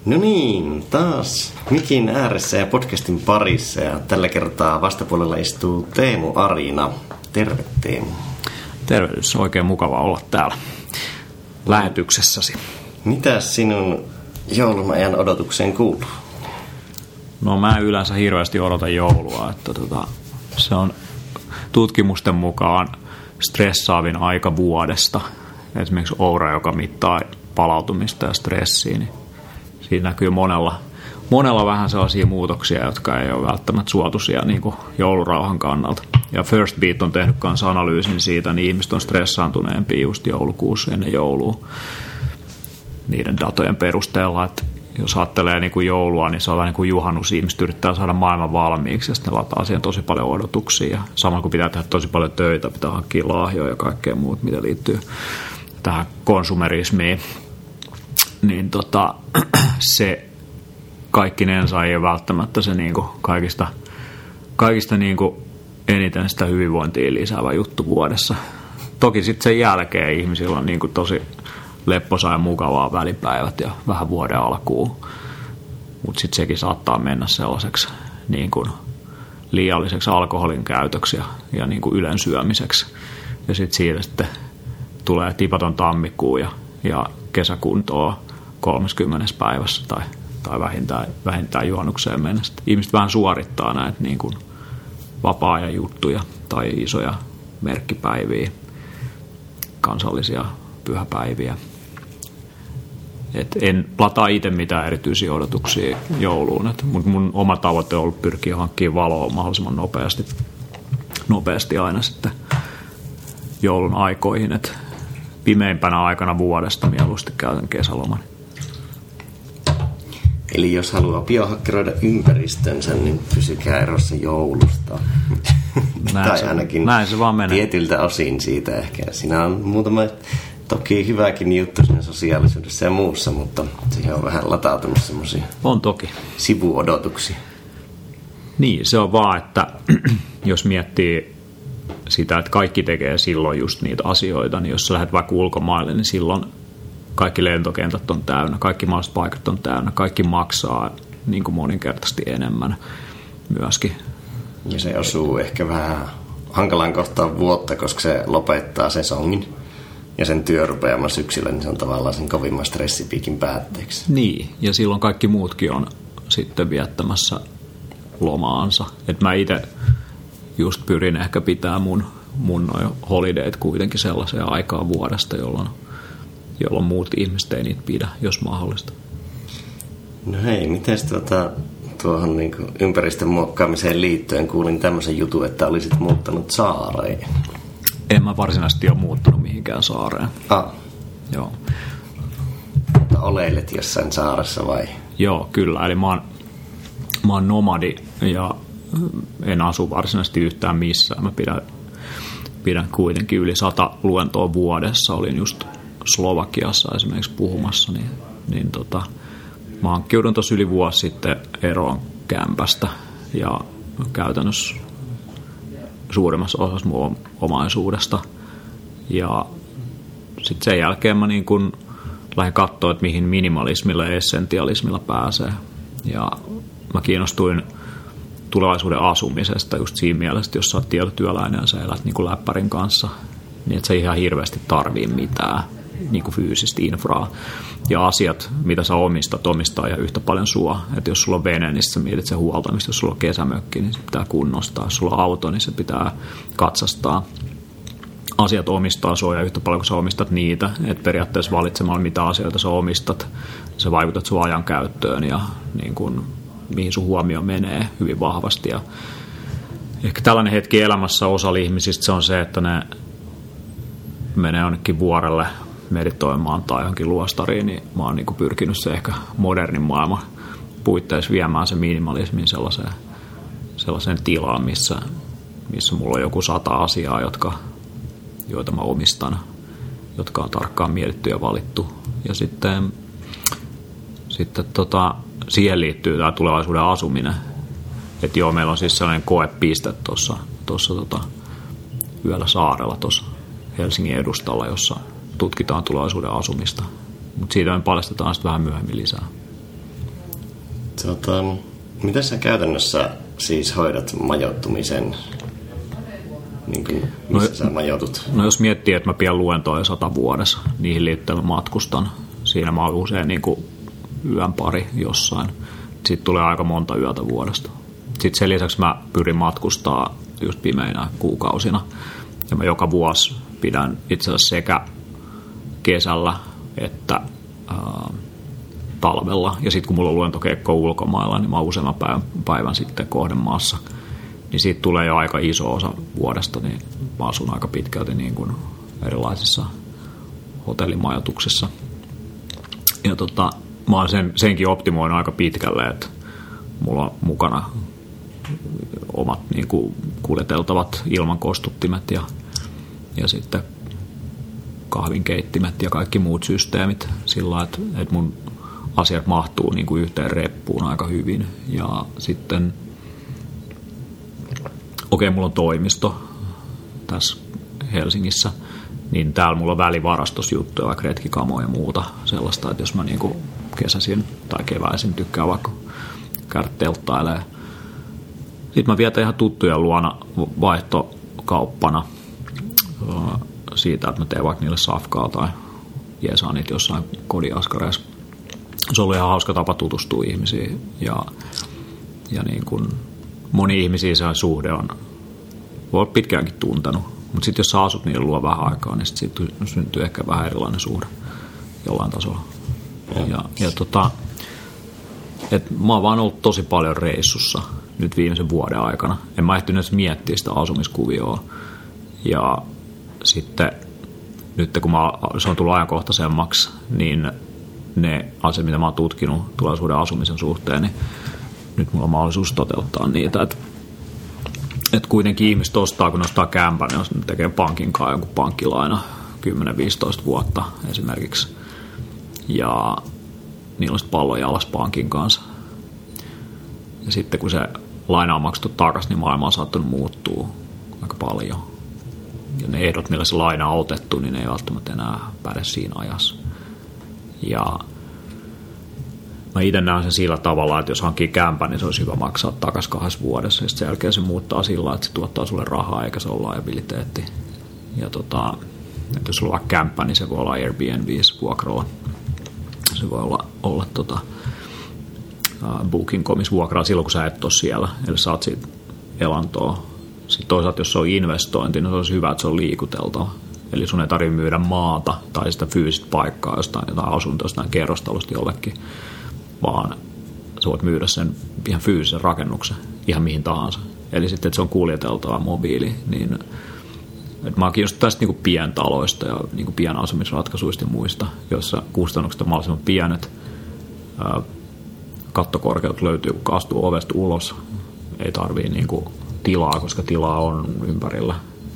No niin, taas mikin ääressä ja podcastin parissa ja tällä kertaa vastapuolella istuu Teemu Arina. Terve Teemu. Tervehdys, oikein mukava olla täällä lähetyksessäsi. Mitäs sinun joulun ajan odotukseen kuuluu? No mä yleensä hirveästi odotan joulua, että se on tutkimusten mukaan stressaavin aika vuodesta. Esimerkiksi Oura, joka mittaa palautumista ja stressiä, niin siinä näkyy monella vähän sellaisia muutoksia, jotka ei ole välttämättä suotuisia niin kuin joulurauhan kannalta. Ja First Beat on tehnyt kanssa analyysin siitä, niin ihmiset on stressaantuneempia just joulukuussa ennen joulua niiden datojen perusteella, että jos ajattelee niin kuin joulua, niin se on vähän niin kuin juhannus. Ihmiset yrittää saada maailman valmiiksi ja sitten ne lataa siihen tosi paljon odotuksia. Ja samalla kun pitää tehdä tosi paljon töitä, pitää hankkia lahjoja ja kaikkea muut, mitä liittyy tähän konsumerismiin. Niin se kaikkinensa ei ole välttämättä se niin kuin kaikista niin kuin eniten sitä hyvinvointia lisäävä juttu vuodessa. Toki sitten sen jälkeen ihmisillä on niin kuin tosi lepposa ja mukavaa välipäivät ja vähän vuoden alkuun. Mutta sitten sekin saattaa mennä sellaiseksi niin kuin liialliseksi alkoholin käytöksi ja niin kuin ylensyömiseksi. Ja sitten siitä sitten tulee tipaton tammikuu ja kesäkuntoa 30 päivässä tai vähintään juhannukseen mennessä. Ihmiset vähän suorittaa näitä niin kuin vapaa-ajan juttuja tai isoja merkkipäiviä, kansallisia pyhäpäiviä. Et en lataa itse mitään erityisiä odotuksia jouluun, mutta mun oma tavoite on ollut pyrkiä hankkimaan valoa mahdollisimman nopeasti aina sitten joulun aikoihin, että pimeimpänä aikana vuodesta mieluusti käytän kesäloman. Eli jos haluaa biohakkeroida ympäristönsä, niin pysykää erossa joulusta. Tai ainakin näin se vaan menee. Tietyltä osin siitä ehkä. Siinä on muutama toki hyväkin juttu siinä sosiaalisuudessa ja muussa, mutta siihen on vähän latautunut semmoisia sivuodotuksia. Niin, se on vaan, että jos miettii sitä, että kaikki tekee silloin just niitä asioita, niin jos sä lähdet vaikka ulkomaille, niin silloin kaikki lentokentät on täynnä, kaikki mahdolliset paikat on täynnä, kaikki maksaa niin kuin moninkertaisesti enemmän myöskin. Ja se osuu ehkä vähän hankalaan kohtaan vuotta, koska se lopettaa sesongin ja sen työ rupeamaan syksyllä, niin se on tavallaan sen kovimman stressipiikin päätteeksi. Niin, ja silloin kaikki muutkin on sitten viettämässä lomaansa. Et mä itse just pyrin ehkä pitää mun holidayt kuitenkin sellaiseen aikaan vuodesta, jolloin muut ihmiset ei niitä pidä, jos mahdollista. No hei, mites tuohon niin kuin ympäristön muokkaamiseen liittyen kuulin tämmöisen jutun, että olisit muuttanut saareen. En mä varsinaisesti ole muuttanut mihinkään saareen. Joo. Mutta oleilet jossain saaressa vai? Joo, kyllä. Eli mä oon nomadi ja en asu varsinaisesti yhtään missään. Mä pidän kuitenkin yli 100 luentoa vuodessa. Olin just Slovakiassa esimerkiksi puhumassa, niin mä hankkiudun tuossa yli vuosi sitten eroon kämpästä ja käytännössä suurimmassa osassa mun omaisuudesta. Ja sitten sen jälkeen mä niin kun lähdin katsoa, että mihin minimalismilla ja essentialismilla pääsee. Ja mä kiinnostuin tulevaisuuden asumisesta just siinä mielessä, että jos sä oot tietotyöläinen ja sä elät niin kuin läppärin kanssa, niin et sä ihan hirveästi tarvii mitään niin kuin fyysistä infraa. Ja asiat, mitä sä omistaa ja yhtä paljon sua. Että jos sulla on vene, niin sä mietit sen huoltamista. Jos sulla on kesämökki, niin se pitää kunnostaa. Jos sulla on auto, niin se pitää katsastaa. Asiat omistaa sua ja yhtä paljon kuin sä omistat niitä. Että periaatteessa valitsemalla, mitä asioita sä omistat, sä vaikutat sun ajan käyttöön ja niin kuin, mihin sun huomio menee hyvin vahvasti. Ja ehkä tällainen hetki elämässä osalla ihmisistä se on se, että ne menee jonnekin vuorelle meditoimaan tai johonkin luostariin, niin mä oon niin pyrkinyt se ehkä modernin maailman puitteissa viemään se minimalismin sellaiseen tilaan, missä mulla on joku 100 asiaa, joita mä omistan, jotka on tarkkaan mietitty ja valittu. Ja sitten siihen liittyy tämä tulevaisuuden asuminen. Että joo, meillä on siis sellainen koepiste tuossa yöllä saarella tuossa Helsingin edustalla, jossa tutkitaan tulevaisuuden asumista. Mutta siitä me paljastetaan sitten vähän myöhemmin lisää. Miten sä käytännössä siis hoidat majoittumisen? Niin kuin, missä sä majoitut? No jos miettii, että mä pidän luentoja 100 vuodessa, niihin liittyen mä matkustan. Siinä mä oon usein niin kuin yön pari jossain. Sitten tulee aika monta yötä vuodesta. Sitten sen lisäksi mä pyrin matkustaa just pimeinä kuukausina. Ja mä joka vuosi pidän itse asiassa sekä kesällä että talvella. Ja sitten kun mulla on luentokeikko ulkomailla, niin mä oon useamman päivän sitten kohdemaassa. Niin siitä tulee jo aika iso osa vuodesta, niin mä asun aika pitkälti niin kuin erilaisissa hotellimajoituksissa. Ja mä oon senkin optimoinut aika pitkälle, että mulla on mukana omat niin kuin kuljeteltavat ilmankostuttimet ja sitten kahvinkeittimet ja kaikki muut systeemit sillä lailla, että mun asiat mahtuu niin kuin yhteen reppuun aika hyvin. Ja sitten mulla on toimisto tässä Helsingissä, niin täällä mulla on välivarastosjuttuja, vaikka retkikamoja ja muuta sellaista, että jos mä niinku kesäisin tai keväisin tykkään vaikka käydä telttailemaan. Sitten mä vietän ihan tuttujen luona vaihtokauppana siitä, että mä teen vaikka niille safkaa tai jeesaan niitä jossain kodiaskareissa. Se on ollut ihan hauska tapa tutustua ihmisiin ja niin kuin moni ihmisiä se suhde on, voi olla pitkäänkin tuntenut, mutta sitten jos sä asut niiden luo vähän aikaa, niin sitten syntyy ehkä vähän erilainen suhde jollain tasolla. Mä oon vaan ollut tosi paljon reissussa nyt viimeisen vuoden aikana. En mä ehtinyt miettiä sitä asumiskuvioa. Ja sitten nyt kun se on tullut ajankohtaisemmaksi, niin ne asiat, mitä mä oon tutkinut tulevaisuuden asumisen suhteen, niin nyt mulla on mahdollisuus toteuttaa niitä. Että kuitenkin ihmiset ostaa, kun ne ostaa kämpän, niin jos ne tekee pankin kanssa jonkun pankkilaina 10-15 vuotta esimerkiksi. Ja niillä on sitten pallo jalas pankin kanssa. Ja sitten kun se laina on maksettu takaisin, niin maailma on saattanut muuttua aika paljon. Ja ne ehdot, millä se laina on otettu, niin ne ei välttämättä enää päde siinä ajassa. Ja mä itse näen sen sillä tavalla, että jos hankkii kämpän, niin se olisi hyvä maksaa takaisin 2 vuodessa. Ja sitten sen jälkeen se muuttaa sillä lailla, että se tuottaa sulle rahaa, eikä se ole liabiliteetti. Ja että jos sulla on kämppä, niin se voi olla Airbnb-vuokralla. Se voi olla Booking.comissa vuokralla silloin, kun sä et ole siellä. Eli saat siitä elantoa. Sitten toisaalta, jos se on investointi, niin se olisi hyvä, että se on liikuteltava. Eli sun ei tarvitse myydä maata tai sitä fyysistä paikkaa jostain jotain asuntoa, jostain kerrostalosta jollekin, vaan sä voit myydä sen ihan fyysisen rakennuksen ihan mihin tahansa. Eli sitten, että se on kuljeteltava mobiili. Niin, että mä oon kiinnostunut tästä niin kuin pientaloista ja niin kuin pienasumisratkaisuista ja muista, joissa kustannukset on mahdollisimman pienet. Kattokorkeut löytyy, kun astuu ovesta ulos. Ei tarvii niin kuin tilaa, koska tilaa on ympärillä.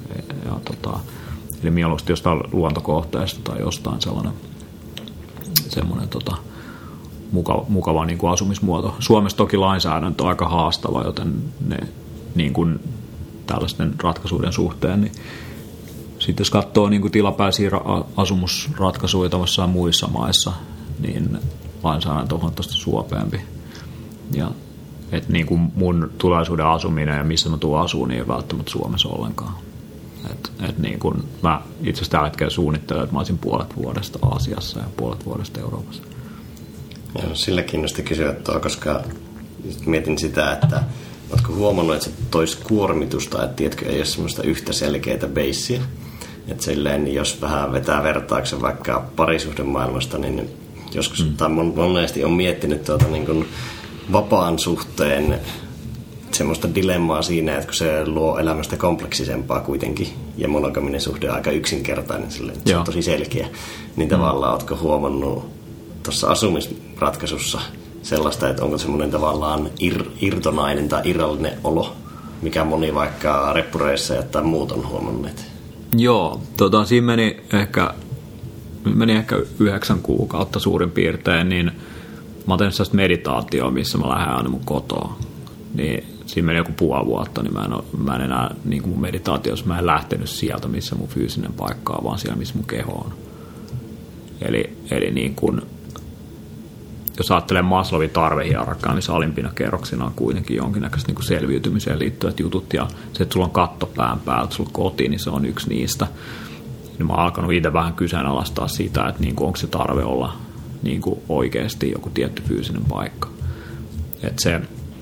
Eli mieluusti jostain luontokohteesta tai jostain semmoinen mukava niin kuin asumismuoto. Suomessa toki lainsäädäntö on aika haastava, joten ne niin kuin tällaisten ratkaisuiden suhteen, niin sitten jos katsoo niin kuin tilapäisiä asumusratkaisuja jossain muissa maissa, niin lainsäädäntö on huomattavasti suopeampi. Ja että niin kuin mun tulevaisuuden asuminen ja missä mä tuun asuun, niin ei välttämättä Suomessa ollenkaan. Et niin kuin mä itse asiassa tällä hetkellä suunnittelen, että mä olisin puolet vuodesta Aasiassa ja puolet vuodesta Euroopassa. Joo, sillä kiinnosti kysyä tuo, koska mietin sitä, että ootko huomannut, että se toisi kuormitusta, että tiedätkö, ei ole semmoista yhtä selkeää beissiä. Että silleen, jos vähän vetää vertauksen vaikka parisuhdemaailmasta, niin joskus, tai monesti on miettinyt niin kuin vapaan suhteen semmoista dilemmaa siinä, että kun se luo elämästä kompleksisempaa kuitenkin, ja monogaminen suhde on aika yksinkertainen, silleen, se on tosi selkeä, niin tavallaan ootko huomannut tuossa asumisratkaisussa sellaista, että onko semmoinen tavallaan irtonainen tai irrallinen olo, mikä moni vaikka reppureissa ja tai muut on huomanneet? Joo, siinä meni ehkä 9 kuukautta suurin piirtein, niin mä oon tehnyt sellaista meditaatioa, missä mä lähden aina mun kotoa. Niin siinä meni joku puoli vuotta, niin mä en enää niin kuin mun meditaatiossa, mä en lähtenyt sieltä, missä mun fyysinen paikka on, vaan siellä, missä mun keho on. Eli niin kuin jos ajattelee Maslowin tarvehierarkiaa, niin se alimpina kerroksina on kuitenkin jonkinnäköistä niin kuin selviytymiseen liittyvät jutut, ja se, että sulla on katto pään päällä, sulla on koti, niin se on yksi niistä. Niin mä oon alkanut itse vähän kyseenalaistaa sitä, että niin kuin, onko se tarve olla niin kuin oikeasti joku tietty fyysinen paikka. Että se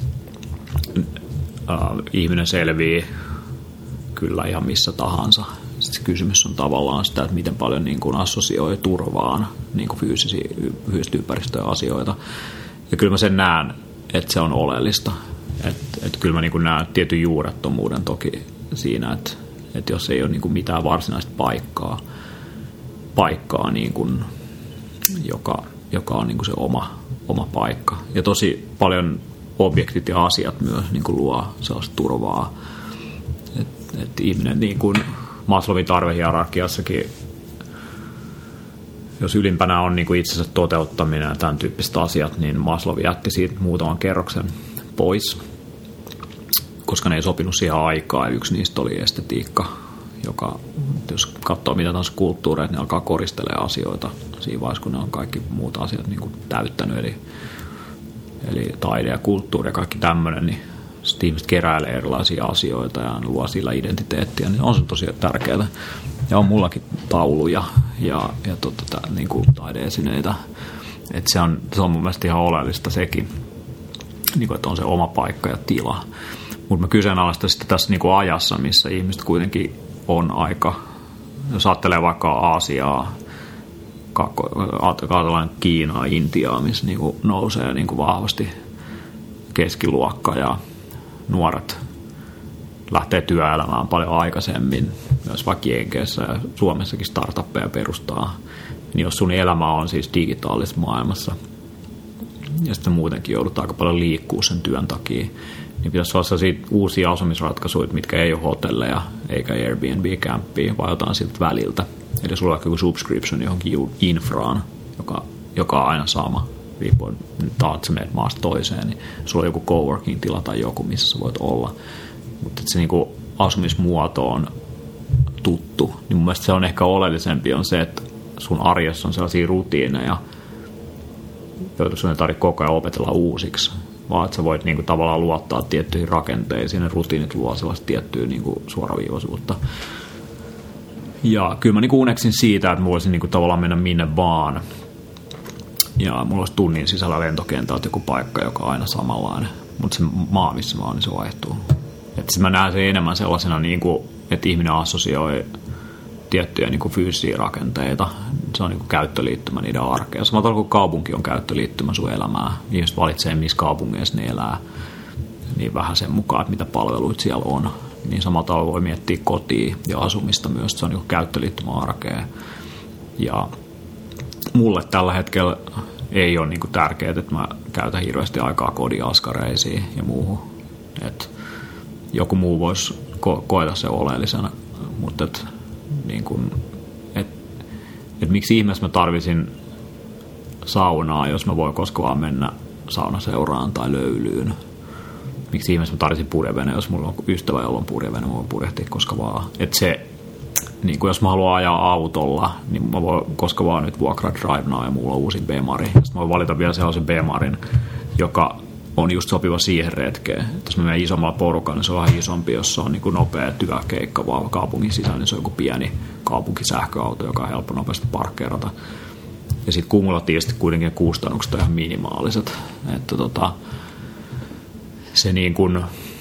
ihminen selvii kyllä ihan missä tahansa. Sitten se kysymys on tavallaan sitä, että miten paljon niin kuin assosioi turvaan niin kuin fyysistä ympäristöä asioita. Ja kyllä mä sen näen, että se on oleellista. Että kyllä mä niin kuin näen tietyn juurettomuuden toki siinä, että jos ei ole niin kuin mitään varsinaista paikkaa niin kuin, joka on niin kuin se oma paikka. Ja tosi paljon objektit ja asiat myös niin kuin luo sellaista turvaa. Että ihminen niin kuin Maslowin tarvehierarkiassakin, jos ylimpänä on niin kuin itsensä toteuttaminen ja tämän tyyppiset asiat, niin Maslow jätti siitä muutaman kerroksen pois, koska ne ei sopinut siihen aikaan. Yksi niistä oli estetiikka, joka, jos katsoo mitä taas kulttuureita, ne alkaa koristelemaan asioita siinä vaiheessa, kun ne on kaikki muut asiat niin kuin täyttänyt, eli taide ja kulttuuri ja kaikki tämmöinen, niin sitten ihmiset keräilee erilaisia asioita ja luo sillä identiteettiä, niin on se tosi tärkeää. Ja on mullakin tauluja ja niin kuin taide-esineitä. Et se on mun mielestä ihan oleellista sekin, niin kuin, että on se oma paikka ja tila. Mutta mä kyseenalaistan sitten tässä niin kuin ajassa, missä ihmiset kuitenkin on aika, jos ajattelee vaikka Aasiaa, ajatellaan Kiinaa, Intiaa, missä niin kuin nousee niin kuin vahvasti keskiluokka ja nuoret lähtee työelämään paljon aikaisemmin, myös vaikka Jenkeissä ja Suomessakin startuppeja perustaa, niin jos sun elämä on siis digitaalisessa maailmassa ja sitten muutenkin joudut aika paljon liikkuu sen työn takia, niin pitäisi olla sellaisia uusia asumisratkaisuja, mitkä ei ole hotelleja eikä Airbnb-kämppiä, vaan jotain siltä väliltä. Eli sulla on joku subscription johonkin infraan, joka on aina sama. Riippuen, että sä menet maasta toiseen, niin sulla on joku coworking-tila tai joku, missä sä voit olla. Mutta se niinku asumismuoto on tuttu, niin mun mielestä se on ehkä oleellisempi on se, että sun arjessa on sellaisia rutiineja, joita sun ei tarvitse koko ajan opetella uusiksi, vaan että sä voit niinku tavallaan luottaa tiettyihin rakenteisiin, ne rutiinit luo sellaista tiettyä niinku suoraviivaisuutta. Ja kyllä mä niinku uneksin siitä, että mä voisin niinku tavallaan mennä minne vaan, ja mulla olisi tunnin sisällä lentokentältä joku paikka, joka on aina samanlainen. Mutta se maa, missä mä oon, niin se vaihtuu. Että mä näen sen enemmän sellaisena, niin kuin, että ihminen assosioi tiettyjä niin kuin fyysisiä rakenteita. Se on niin kuin käyttöliittymä niiden arkeen. Samalla tavalla kuin kaupunki on käyttöliittymä sun elämää. Ihmiset valitsee, missä kaupungeissa ne elää. Niin vähän sen mukaan, että mitä palveluita siellä on. Niin samalla tavalla voi miettiä kotia ja asumista myös. Se on niin kuin käyttöliittymä arkeen. Ja mulle tällä hetkellä ei ole niinku tärkeää, että mä käytän hirveästi aikaa kodiaskareisiin ja muuhun. Et joku muu voisi koeta se oleellisena, mutta niinku, miksi ihmeessä mä tarvisin saunaa, jos mä voin koskaan vaan mennä saunaseuraan tai löylyyn? Miksi ihmeessä mä tarvisin purjevene, jos mulla on ystävä, jolla on purjevene, mä voin purjehtia koska vaan. Et se niin kuin jos mä haluan ajaa autolla, niin mä voin koska vaan nyt vuokraa DriveNow ja mulla on uusi B-mari. Sitten mä voin valita vielä sellaisen B-marin, joka on just sopiva siihen retkeen. Et jos mä menen isommalla porukalla, niin se on vähän isompi, jos se on niin kuin nopea työkeikka vaan kaupungin sisällä, niin se on joku pieni kaupunkisähköauto, joka on helppo nopeasti parkkeerata. Ja sitten kumulatiivisesti kuitenkin kustannukset on ihan minimaaliset. Että se niin kuin,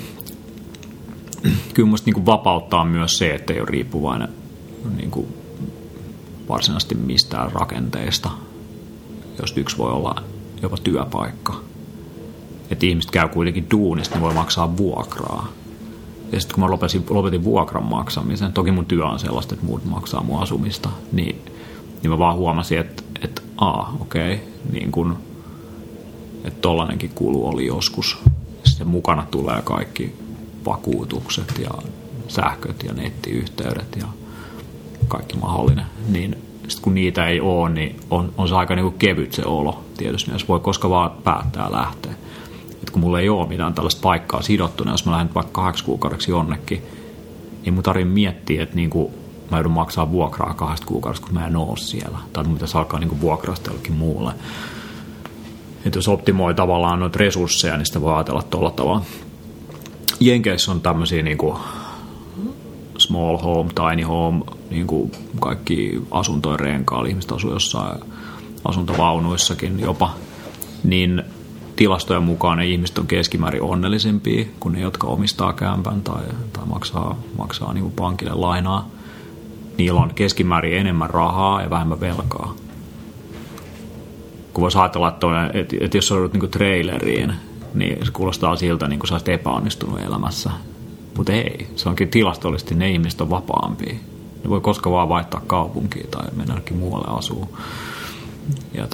kyllä musta niin kuin vapauttaa myös se, että ei ole riippuvainen niin kuin varsinaisesti mistään rakenteesta, jos yksi voi olla jopa työpaikka. Että ihmiset käy kuitenkin duunista, niin voi maksaa vuokraa. Ja sitten kun mä lopetin vuokran maksamisen, toki mun työ on sellaista, että muut maksaa mun asumista, niin mä vaan huomasin, että okei, niin kun, että tollanenkin kulu oli joskus. Sitten mukana tulee kaikki vakuutukset ja sähköt ja nettiyhteydet ja kaikki mahdollinen. Niin sitten kun niitä ei ole, niin on se aika niin kuin kevyt se olo tietysti, jos voi koska vaan päättää lähteä. Et kun mulla ei ole mitään tällaista paikkaa sidottuna, jos mä lähden vaikka 8 kuukaudeksi jonnekin, niin mun tarvitse miettiä, että niin kuin mä joudun maksaa vuokraa 2 kuukaudesta, kun mä en ole siellä. Tai mun pitäisi alkaa niin kuin vuokrasta jollekin muulle. Että jos optimoi tavallaan noita resursseja, niin sitä voi ajatella tuolla tavalla. Jenkeissä on tämmöisiä niin kuin small home, tiny home, niin kuin kaikki asuntojen renkaalla, ihmiset asuu jossain asuntovaunuissakin jopa, niin tilastojen mukaan ne ihmiset on keskimäärin onnellisempia kuin ne, jotka omistaa kämpän tai maksaa niin kuin pankille lainaa. Niillä on keskimäärin enemmän rahaa ja vähemmän velkaa. Kun voisi ajatella, että jos joudut niin traileriin, niin se kuulostaa siltä, niin kuin sä olisit epäonnistunut elämässä. Mutta ei, se onkin tilastollisesti, ne ihmiset on vapaampia. Ne voi koska vaan vaihtaa kaupunkiin tai mennä jonnekin muualle asuun. Ja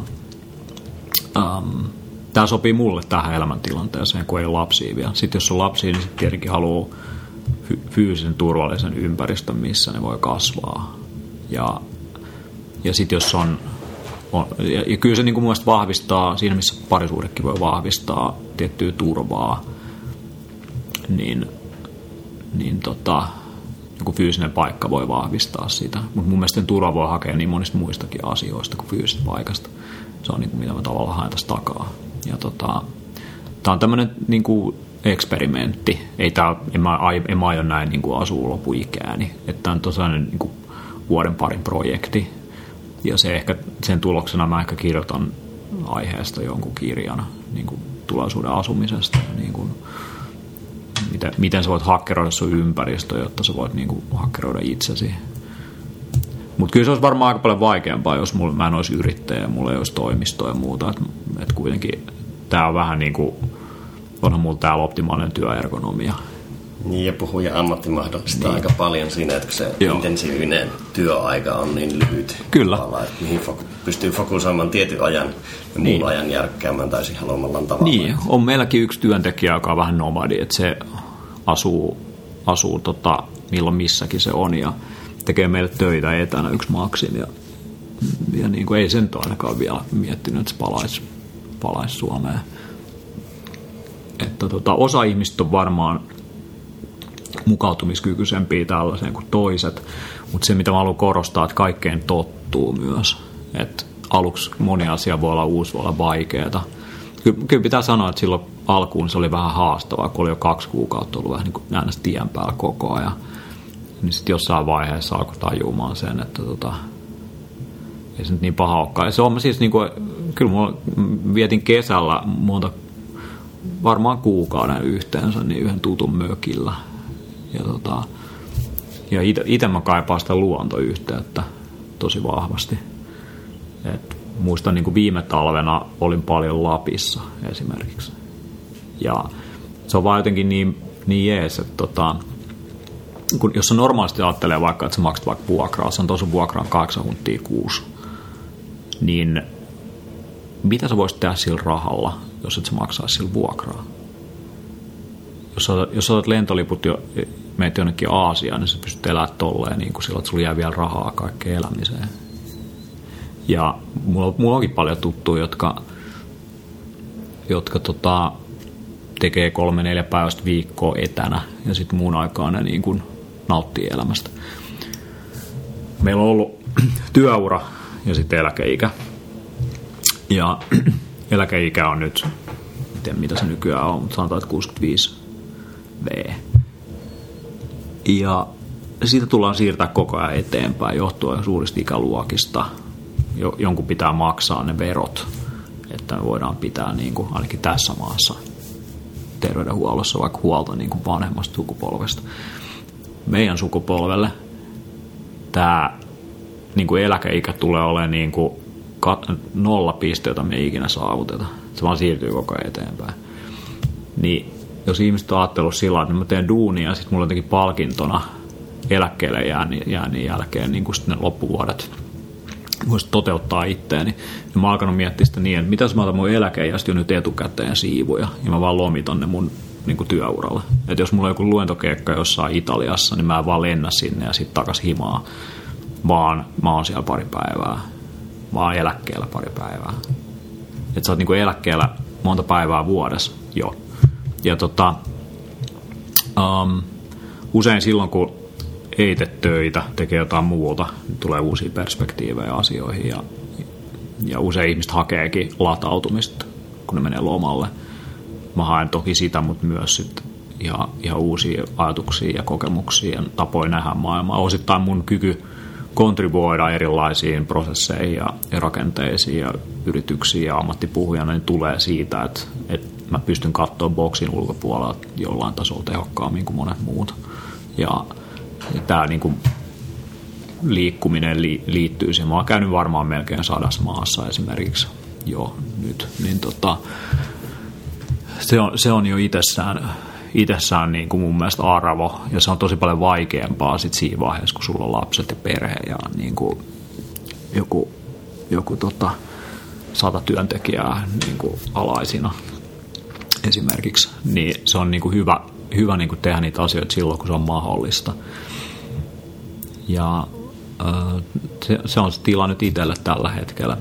tämä sopii mulle tähän elämäntilanteeseen, kun ei ole lapsia vielä. Sitten jos on lapsia, niin sitten tietenkin haluaa fyysisen turvallisen ympäristön, missä ne voi kasvaa. Ja sitten jos ja kyllä se niin kuin mielestäni vahvistaa, siinä missä parisuhdekin voi vahvistaa tiettyä turvaa, niin joku fyysinen paikka voi vahvistaa sitä. Mutta mun mielestä turva voi hakea niin monista muistakin asioista kuin fyysisestä paikasta. Se on niin kuin mitä mä tavallaan haen tässä takaa. Ja tää on tämmönen niin kuin eksperimentti. En mä aio näin niin kuin asua lopuikääni. Että tää on tosiaan niin kuin vuoden parin projekti. Ja sen tuloksena mä ehkä kirjoitan aiheesta jonkun kirjan niin kuin tulevaisuuden asumisesta. Niin kuin, miten sä voit hakkeroida sun ympäristöä, jotta sä voit niin kuin hakkeroida itsesi. Mutta kyllä se olisi varmaan aika paljon vaikeampaa, jos mä en olisi yrittäjä ja mulla ei olisi toimistoa ja muuta. Et kuitenkin tää on vähän niin kuin, onhan mulla täällä optimaalinen työergonomia. Niin, ja puhuja ammatti mahdollistaa aika paljon siinä, että se intensiivinen työaika on niin lyhyt. Kyllä. Että mihin pystyy fokusoimaan tietyn ajan ja muun ajan järkkäämään täysin haluamallaan tavalla. Niin, on meilläkin yksi työntekijä, joka on vähän nomadi, että se asuu milloin missäkin se on ja tekee meille töitä etänä yksi maksin ja niin kuin ei sen ainakaan vielä miettinyt, että se palaisi Suomeen. Että osa ihmistä on varmaan mukautumiskykyisempiä tällaiseen kuin toiset, mutta se mitä mä haluan korostaa, että kaikkeen tottuu myös. Että aluksi moni asia voi olla uusi, voi olla vaikeaa. Kyllä pitää sanoa, että silloin alkuun se oli vähän haastavaa, kun oli jo 2 kuukautta ollut vähän niin kuin näennäs tien päällä koko ajan. Niin sitten jossain vaiheessa alkoi tajumaan sen, että ei se nyt niin paha olekaan. Ja se on siis niin kuin, kyllä vietin kesällä varmaan kuukauden yhteensä niin yhden tutun mökillä. Ja itse mä kaipaan sitä luontoyhteyttä tosi vahvasti. Muistan niin kuin viime talvena olin paljon Lapissa esimerkiksi. Ja se on vaan jotenkin niin jees, että jos sä normaalisti ajattelee vaikka, että sä maksat vaikka vuokraa, sä on tosi vuokraan 8 huntia kuussa, niin mitä sä voisit tehdä sillä rahalla, jos et sä maksaisi sillä vuokraa? Jos otat lentoliput meet jonnekin Aasiaan, niin sä pystyt elämään tolleen niin kuin sillä, että sulla jää vielä rahaa kaikkeen elämiseen. Ja mulla onkin paljon tuttuja, jotka tekee 3-4 päivästä viikkoa etänä ja sitten muun aikaan ne niin kuin nauttii elämästä. Meillä on ollut työura ja sitten eläkeikä. Ja eläkeikä on nyt, mitä se nykyään on, mutta sanotaan, että 65 V. Ja siitä tullaan siirtää koko ajan eteenpäin johtuen suurista ikäluokista. Jonkun pitää maksaa ne verot, että me voidaan pitää niin kuin, ainakin tässä maassa terveydenhuollossa vaikka huolta niin kuin vanhemmasta sukupolvesta. Meidän sukupolvelle tämä niin kuin eläkeikä tulee olemaan niin kuin 0 piste, jota me ei ikinä saavuteta. Se vaan siirtyy koko ajan eteenpäin. Niin jos ihmiset on ajatellut sillä että mä teen duunia ja sitten mulla on jotenkin palkintona eläkkeelle jääni jälkeen niin kuin sitten ne loppuvuodet voisi toteuttaa itteeni. Ja mä oon alkanut miettiä sitä niin, että mitä jos mä otan mun eläkeijästä jo nyt etukäteen siivuja ja mä vaan lomitan ne mun niin kuin työuralle. Että jos mulla on joku luentokeikka jossain Italiassa, niin mä en vaan lennä sinne ja sitten takas himaa, vaan mä oon siellä pari päivää. Mä oon eläkkeellä pari päivää. Että sä oot niin kuin eläkkeellä monta päivää vuodessa jo. Ja usein silloin, kun ei tee töitä, tekee jotain muuta, niin tulee uusia perspektiivejä asioihin ja usein ihmiset hakeekin latautumista kun ne menee lomalle. Mä haen toki sitä, mutta myös sit ihan uusia ajatuksia ja kokemuksia ja tapoja nähdä maailmaa. Osittain mun kyky kontribuoida erilaisiin prosesseihin ja rakenteisiin ja yrityksiin ja ammattipuhujana niin tulee siitä, että mä pystyn katsoa boksin ulkopuolella jollain tasolla tehokkaammin kuin monet muut. Ja tämä niin kuin liikkuminen liittyy siihen. Mä oon käynyt varmaan melkein 100 maassa esimerkiksi jo nyt. Niin se on jo itsessään niin kuin mun mielestä arvo, ja se on tosi paljon vaikeampaa sit siinä vaiheessa, kun sulla on lapset ja perhe ja niin kuin joku 100 työntekijää niin kuin alaisina esimerkiksi, niin se on niin kuin hyvä niin kuin tehdä niitä asioita silloin, kun se on mahdollista. Ja se on se tila nyt itselle tällä hetkellä.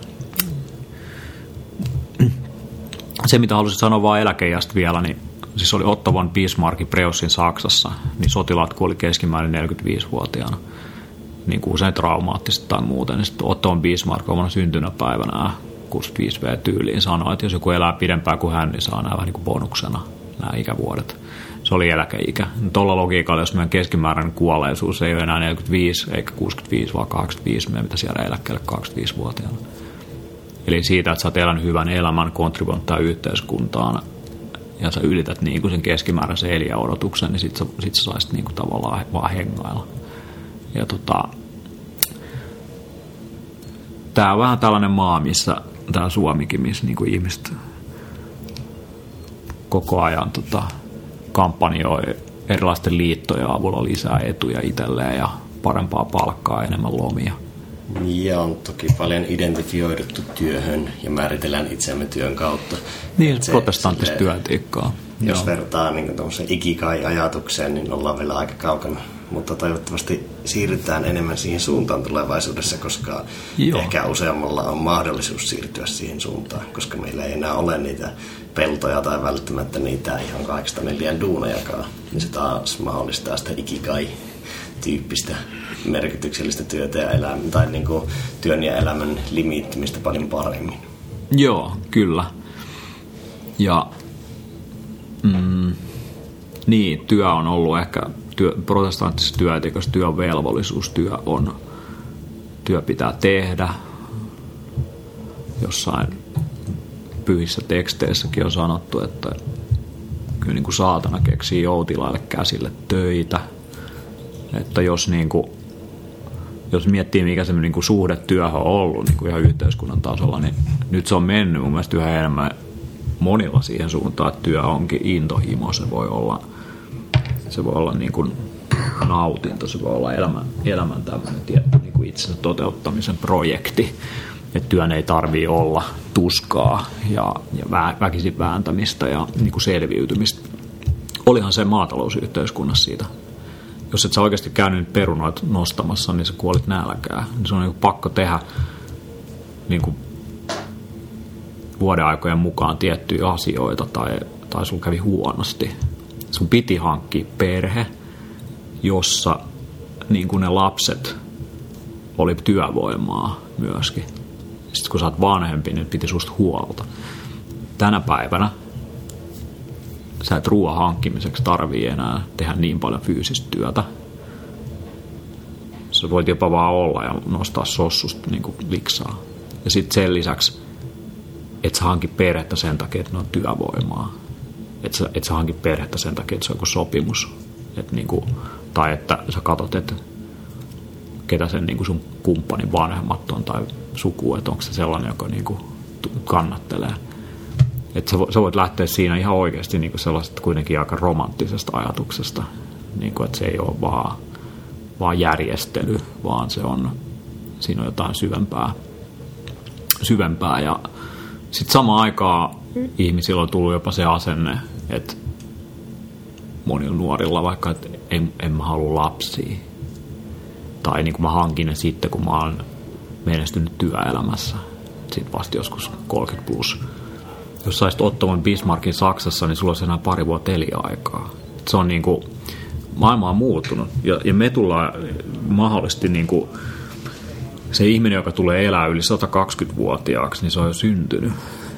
Se, mitä halusin sanoa vaan eläkeiästä vielä, niin siis oli Otto von Bismarckin Preussin Saksassa, niin sotilaat kuoli keskimäärin 45-vuotiaana, niin kuin usein traumaattisesti tai muuten. Niin sitten Otto von Bismarck omana syntymäpäivänä 65V-tyyliin sanoi, että jos joku elää pidempään kuin hän, niin saa nämä vähän niin kuin bonuksena nämä ikävuodet. Se oli eläkeikä. Tuolla logiikalla, jos meidän keskimääräinen kuolleisuus ei ole enää 45 eikä 65, vaan 85, meidän pitäisi jäädä eläkkeelle 25-vuotiaana. Eli siitä, että sä oot elänyt hyvän elämän, kontribuoittaa yhteiskuntaan, ja sä ylität niin kuin sen keskimääräisen eliäodotuksen, niin sit sä saisit niin kuin tavallaan vaan hengailla. Ja tää on vähän tällainen maa, missä tää Suomikin, missä niin kuin ihmiset koko ajan kampanjoi erilaisten liittojen avulla lisää etuja itselleen ja parempaa palkkaa, enemmän lomia. Ja on toki paljon identifioiduttu työhön ja määritellään itseämme työn kautta. Niin, protestanttista työetiikkaa. Jos vertaa niin tuollaiseen ikigai-ajatukseen, niin ollaan vielä aika kaukana. Mutta toivottavasti siirrytään enemmän siihen suuntaan tulevaisuudessa, koska ehkä useammalla on mahdollisuus siirtyä siihen suuntaan, koska meillä ei enää ole niitä peltoja tai välttämättä niitä ihan 8-4 duunajakaan. Niin se taas mahdollistaa sitä ikigai-tyyppistä merkityksellistä työtä ja elämää, tai niin kuin työn ja elämän limiittymistä paljon paremmin. Joo, kyllä. Ja niin, työ on ollut ehkä protestanttisessa työetiikassa työn velvollisuus. Työ pitää tehdä. Jossain pyhissä teksteissäkin on sanottu, että kyllä niin kuin saatana keksii joutilaille käsille töitä. Että jos miettii, mikä se niin kuin suhde työhön on ollut niin kuin ihan yhteiskunnan tasolla, niin nyt se on mennyt mun mielestä yhä enemmän monilla siihen suuntaan, että työ onkin intohimo. Se voi olla niin kuin nautinto, se voi olla elämän tämmöinen tietty niin kuin itsensä toteuttamisen projekti. Että työn ei tarvitse olla tuskaa ja väkisin vääntämistä ja niin kuin selviytymistä. Olihan se maatalousyhteiskunnassa siitä. Jos et sä oikeasti käynyt perunoita nostamassa, niin sä kuolit nälkää. Niin se on niin kuin pakko tehdä niin kuin vuodenaikojen mukaan tiettyjä asioita tai sun kävi huonosti. Sun piti hankkia perhe, jossa niin kuin ne lapset oli työvoimaa myöskin. Sitten kun sä oot vanhempi, niin piti susta huolta. Tänä päivänä sä et ruoan hankkimiseksi tarvii enää tehdä niin paljon fyysistä työtä. Sä voit jopa vaan olla ja nostaa sossusta niin kuin liksaa. Ja sitten sen lisäksi, et sä hanki perhettä sen takia, että ne on työvoimaa. Et sä hanki perhettä sen takia, että se on joku sopimus. Tai että sä katsot, että ketä sen niin kuin sun kumppanin vanhemmat on tai suku, että onko se sellainen, joka niin kuin kannattelee. Että sä voit lähteä siinä ihan oikeasti niin kuin sellaisesta kuitenkin aika romanttisesta ajatuksesta, niin kuin, että se ei ole vaan järjestely, vaan siinä on jotain syvempää. Ja sitten samaan aikaan ihmisillä on tullut jopa se asenne, että monilla nuorilla vaikka, että en mä halua lapsia. Tai niin kuin mä hankin ne sitten, kun mä oon menestynyt työelämässä. Sitten vasta joskus 30 plus. Jos saisit Otto von Bismarckin Saksassa, niin sulla olisi enää pari vuotta eliaikaa. Se on niin kuin, maailma on muuttunut. Ja me tullaan mahdollisesti niin kuin, se ihminen, joka tulee elää yli 120-vuotiaaksi, niin se on jo syntynyt.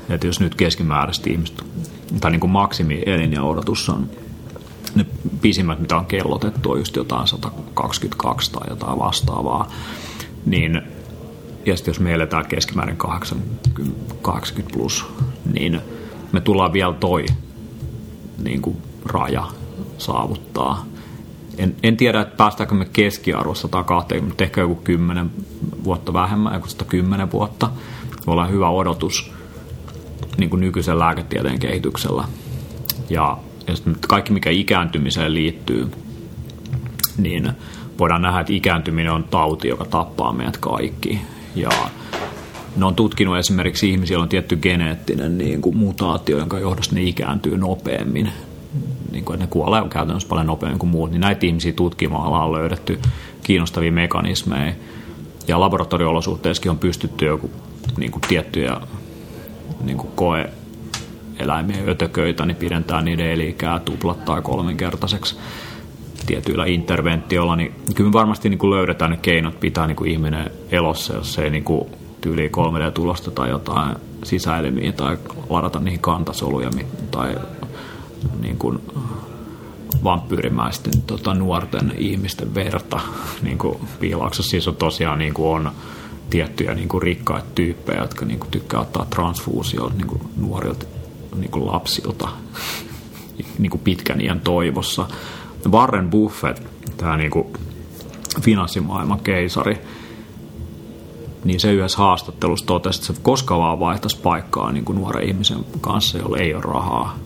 Että jos nyt keskimääräisesti ihmiset, tai niin kuin maksimi elinjänodotus on, ne pisimmät, mitä on kellotettu, on just jotain 122 tai jotain vastaavaa, niin ja sitten jos me eletään keskimäärin 80 plus, niin me tullaan vielä niin kuin raja saavuttaa. En tiedä, että päästäänkö me keskiarvossa 120, mutta ehkä joku 10 vuotta vähemmän, joku 110 vuotta. Voi olla hyvä odotus niin kuin nykyisen lääketieteen kehityksellä. Ja kaikki, mikä ikääntymiseen liittyy, niin voidaan nähdä, että ikääntyminen on tauti, joka tappaa meidät kaikki. Ja ne on tutkinut esimerkiksi ihmisiä, joilla on tietty geneettinen niin kuin mutaatio, jonka johdosta ne ikääntyy nopeammin. Niin kuin, että ne kuolee käytännössä paljon nopeammin kuin muut. Niin näitä ihmisiä tutkimalla on löydetty kiinnostavia mekanismeja. Ja laboratorio-olosuhteissakin on pystytty joku niin kuin tiettyjä niin kuin koe-eläimiä, ötököitä, niin pidentää niiden eli-ikää tuplat tai kolminkertaiseksi tietyillä interventioilla, niin kyllä me varmasti niin kuin löydetään ne keinot pitää niin kuin ihminen elossa, jos ei niin kuin tyyliin 3D-tulosta tai jotain sisäelimiä tai ladata niihin kantasoluja tai niin kuin vampyyrimäisten nuorten ihmisten verta niin kuin piilauksessa. Siis on tosiaan niin kuin on tiettyjä niin kuin rikkaita tyyppejä, jotka niin kuin tykkää ottaa transfuusioita niin kuin nuorilta niin kuin lapsilta niin kuin pitkän iän toivossa. Warren Buffett, tämä niinku finanssimaailman keisari, niin se yhdessä haastattelussa totesi, että se koskaan vaan vaihtaisi paikkaa niinku nuoren ihmisen kanssa, jolla ei ole rahaa.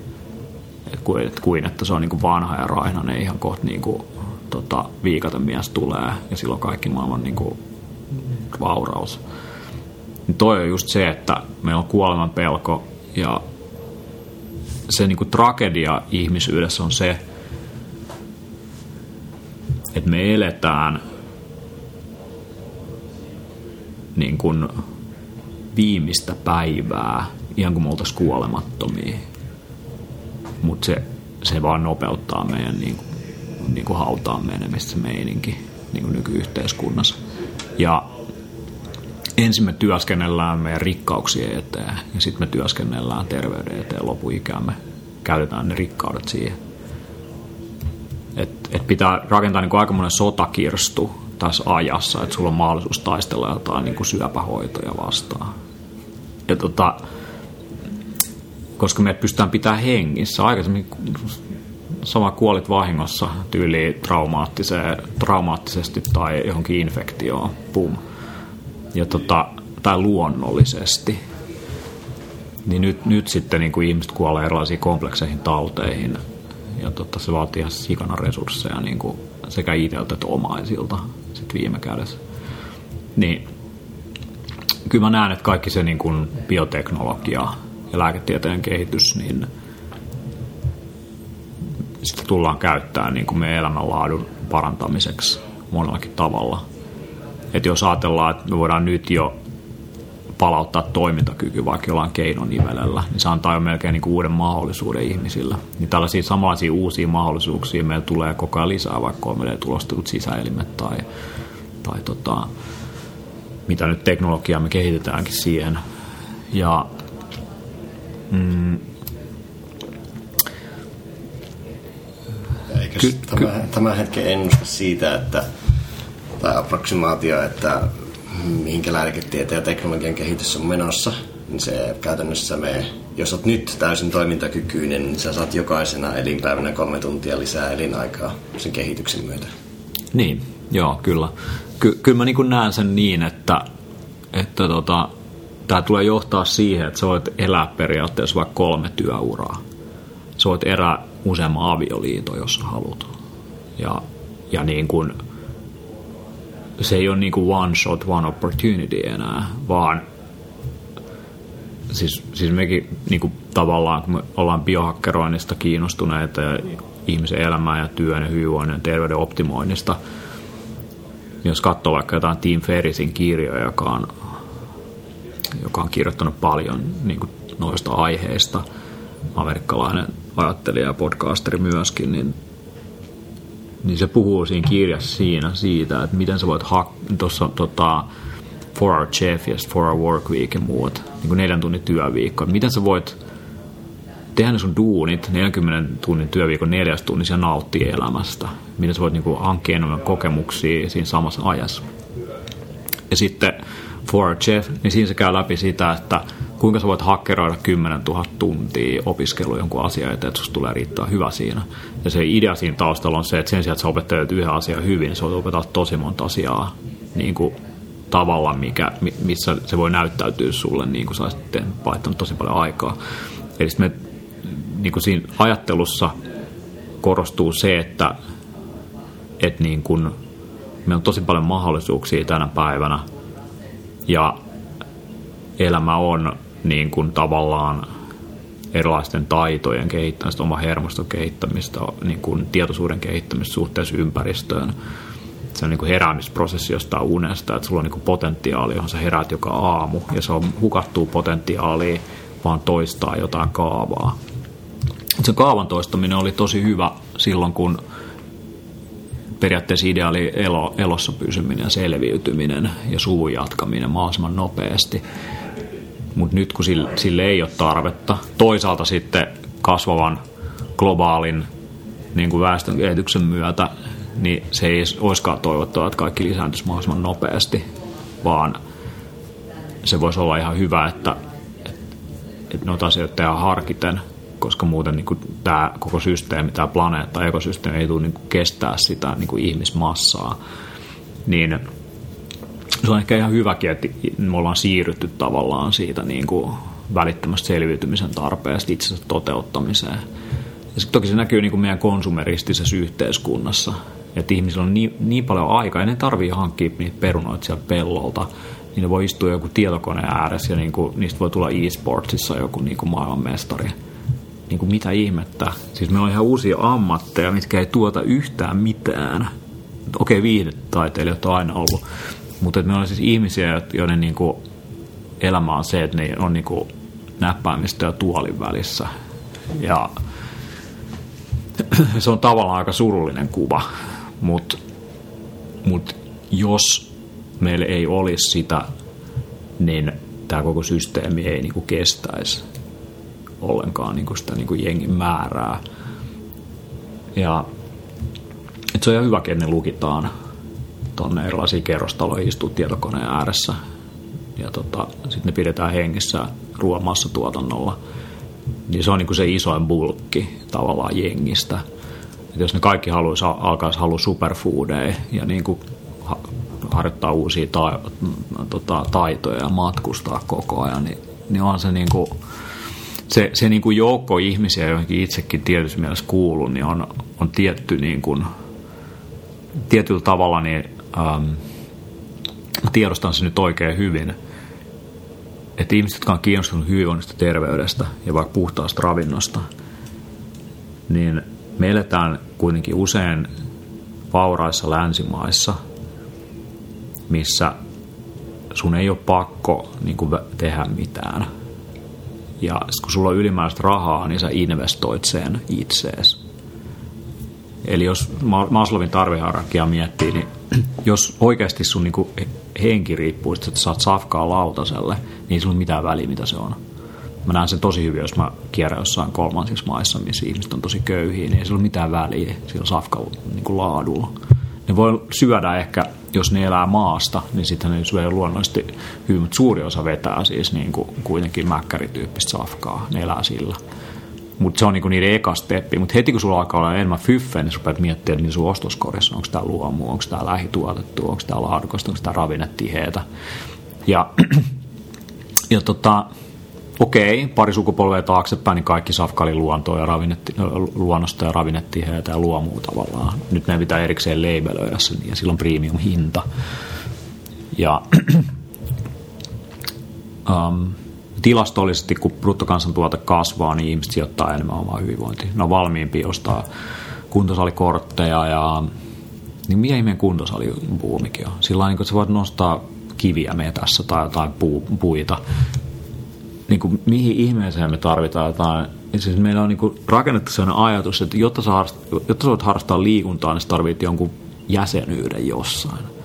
Kuin että se on niinku vanha ja raihnainen, ihan kohta niinku, viikate mies tulee ja silloin kaikki maailman niinku, vauraus. Niin toi on just se, että meillä on kuoleman pelko ja se niinku, tragedia ihmisyydessä on se, että me eletään niin kuin viimeistä päivää, ihan kuin me oltaisiin kuolemattomia. Mutta se vaan nopeuttaa meidän niin kuin hautaan menemistä se meininki niin kuin nykyyhteiskunnassa. Ja ensin me työskennellään meidän rikkauksien eteen ja sitten me työskennellään terveyden eteen lopuikään. Me käytetään ne rikkaudet siihen. Et pitää rakentaa niin kuin aikamoinen sotakirstu tässä ajassa, että sulla on mahdollisuus taistella jotain niin kuin syöpähoitoja vastaan. Ja koska me pystytään pitämään hengissä. Aikaisemmin sama kuolit vahingossa tyyliin traumaattisesti tai johonkin infektioon. Pum. Ja tai luonnollisesti. Niin nyt sitten niin kuin ihmiset kuolee erilaisiin komplekseihin tauteihin. Ja se vaatii ihan sikana resursseja niin kuin sekä itseltä että omaisilta sit viime kädessä. Niin kyllä mä näen, että kaikki se niin kuin bioteknologia ja lääketieteen kehitys, niin sitä tullaan käyttämään niin kuin meidän elämänlaadun parantamiseksi monellakin tavalla. Että jos ajatellaan, että me voidaan nyt jo palauttaa toimintakyky vaikka jollain keinonivelellä, niin se antaa jo melkein niin kuin uuden mahdollisuuden ihmisillä. Niin tällaisia samanlaisia uusia mahdollisuuksia meillä tulee koko ajan lisää, vaikka on meille tulostetut sisäelimet tai mitä nyt teknologiaa me kehitetäänkin siihen. Ja eikö tämä hetken ennuste siitä, että tai approksimaatio, että mihinkä lääketieteen ja teknologian kehitys on menossa, niin se käytännössä jos olet nyt täysin toimintakykyinen, niin sä saat jokaisena elinpäivänä 3 tuntia lisää elinaikaa sen kehityksen myötä. Niin, joo, kyllä. Kyllä mä niin kuin näen sen niin, että tämä tulee johtaa siihen, että sä voit elää periaatteessa vaikka 3 työuraa. Sä voit elää useamman avioliiton, jos sä haluat. Ja niin kuin se ei ole niin kuin one shot, one opportunity enää, vaan siis mekin niin kuin tavallaan, kun me ollaan biohakkeroinnista kiinnostuneita ja ihmisen elämän ja työn ja hyvinvoinnin ja terveyden optimoinnista, niin jos katsoo vaikka jotain Tim Ferrissin kirjoja, joka on kirjoittanut paljon niin kuin noista aiheista, amerikkalainen ajattelija ja podcasteri myöskin, niin se puhuu siinä kirjassa siitä, että miten sä voit tuossa 4-hour chef ja 4-hour work week ja muut, niin kuin 4 tunnin työviikko. Miten sä voit tehdä ne sun duunit 40 tunnin työviikon 4 tunnissa ja nauttia elämästä? Miten sä voit niin kuin hankkia enemmän kokemuksia siinä samassa ajassa? Ja sitten 4-hour chef, niin siinä se käy läpi sitä, että kuinka sä voit hakkeroida 10 000 tuntia opiskelua jonkun asian eteen, että susta tulee riittää hyvä siinä. Ja se idea siinä taustalla on se, että sen sijaan, että sä opettelet yhden asian hyvin, niin sä voit opetella tosi monta asiaa niin kuin tavalla, missä se voi näyttäytyä sulle, niin kuin sä olisit laittanut tosi paljon aikaa. Eli me niin kuin siinä ajattelussa korostuu se, että niin kuin meillä on tosi paljon mahdollisuuksia tänä päivänä ja elämä on niin kuin tavallaan erilaisten taitojen kehittämistä, oman hermoston kehittämistä, niin kuin tietoisuuden kehittämistä suhteessa ympäristöön. Se on niin kuin heräämisprosessi jostain unesta, että sulla on niin kuin potentiaali, johon sä heräät joka aamu, ja se on hukattua potentiaalia vaan toistaa jotain kaavaa. Se kaavan toistaminen oli tosi hyvä silloin, kun periaatteessa ideaali elossa pysyminen ja selviytyminen ja suvun jatkaminen mahdollisimman nopeasti. Mutta nyt kun sille ei ole tarvetta, toisaalta sitten kasvavan globaalin niin kuin väestön kehityksen myötä, niin se ei olisikaan toivottavaa, että kaikki lisääntyisi mahdollisimman nopeasti, vaan se voisi olla ihan hyvä, että noita asioita tehdään harkiten, koska muuten niin kuin tämä koko systeemi, tämä planeetta, ekosysteemi ei tule niin kuin kestää sitä niin kuin ihmismassaa. Niin se on ehkä ihan hyväkin, että me ollaan siirrytty tavallaan siitä niin kuin välittömästä selviytymisen tarpeesta itsensä toteuttamiseen. Ja sitten toki se näkyy niin kuin meidän konsumeristisessa yhteiskunnassa, että ihmisillä on niin paljon aikaa, ja ne tarvitsee hankkia niitä perunoita sieltä pellolta, niin ne voi istua joku tietokoneen ääressä, ja niin kuin, niistä voi tulla e-sportsissa joku niin kuin maailmanmestari. Niin kuin mitä ihmettä. Siis meillä on ihan uusia ammatteja, mitkä ei tuota yhtään mitään. Okei, viihdetaiteilijat on aina ollut. Mutta meillä on siis ihmisiä, joiden niin kuin elämä on se, että ne on niin kuin näppäimistö ja tuolin välissä. Ja se on tavallaan aika surullinen kuva. Mut jos meillä ei olisi sitä, niin tämä koko systeemi ei niin kuin kestäisi ollenkaan niin kuin sitä niin kuin jengin määrää. Ja se on ihan hyväkin, että ne lukitaan tuonne erilaisiin kerrostaloihin, istuu tietokoneen ääressä. Ja sitten ne pidetään hengissä ruoanmassatuotannolla. Niin se on niin kuin se isoin bulkki tavallaan jengistä. Et jos ne kaikki alkaisi halua superfoodeja ja niin kuin harjoittaa uusia taitoja ja matkustaa koko ajan, niin on se niin kuin se niin kuin joukko ihmisiä, joihinkin itsekin tietyssä mielessä kuulun, niin on tietty niin kuin, tietyllä tavalla, niin tiedostan se nyt oikein hyvin, että ihmiset, jotka on kiinnostunut hyvinvoinnista, terveydestä ja vaikka puhtaasta ravinnosta, niin me eletään kuitenkin usein vauraissa länsimaissa, missä sun ei ole pakko niin kuin tehdä mitään. Ja kun sulla on ylimääräistä rahaa, niin sä investoit sen itseesi. Eli jos Maslowin tarvehierarkiaa miettii, niin jos oikeasti sun niin henki riippuu, että saat safkaa lautaselle, niin ei sulla mitään väliä, mitä se on. Mä näen sen tosi hyvin, jos mä kierrän jossain kolmansissa maissa, missä ihmiset on tosi köyhiä, niin ei sillä ole mitään väliä sillä safkan niin laadulla. Ne voi syödä ehkä, jos ne elää maasta, niin sitten ne syö luonnollisesti hyvin, mutta suuri osa vetää siis niin kuin kuitenkin mäkkärityyppistä safkaa, ne elää sillä. Mutta se on niinku niiden eka steppi. Mutta heti kun sulla alkaa olla enemmän fyffeä, niin sä rupeat miettimään, että sun ostoskorissa, onko tämä luomu, onko tämä lähituotettu, onko tämä laadukasta, onko tämä ravinnetiheetä. Ja okei, pari sukupolvea taaksepäin, niin kaikki safkaili luontoa ja luonnosta ja ravinnetiheetä ja luomua tavallaan. Nyt ne pitää erikseen labelöidä sen, ja sillä on premium hinta. Ja tilastollisesti, kun bruttokansantuote kasvaa, niin ihmiset sijoittaa enemmän omaa hyvinvointia. Ne on valmiimpia ostaa kuntosalikortteja ja niin mikä ihmeen kuntosalibuumikin on. Sillä niin, että sä voit nostaa kiviä metässä tai jotain puita. Niin kuin, mihin ihmeeseen me tarvitaan jotain. Siis meillä on niin kuin rakennettu sellainen ajatus, että jotta sä voit harrastaa liikuntaa, niin sä tarvitset jonkun jäsenyyden jossain.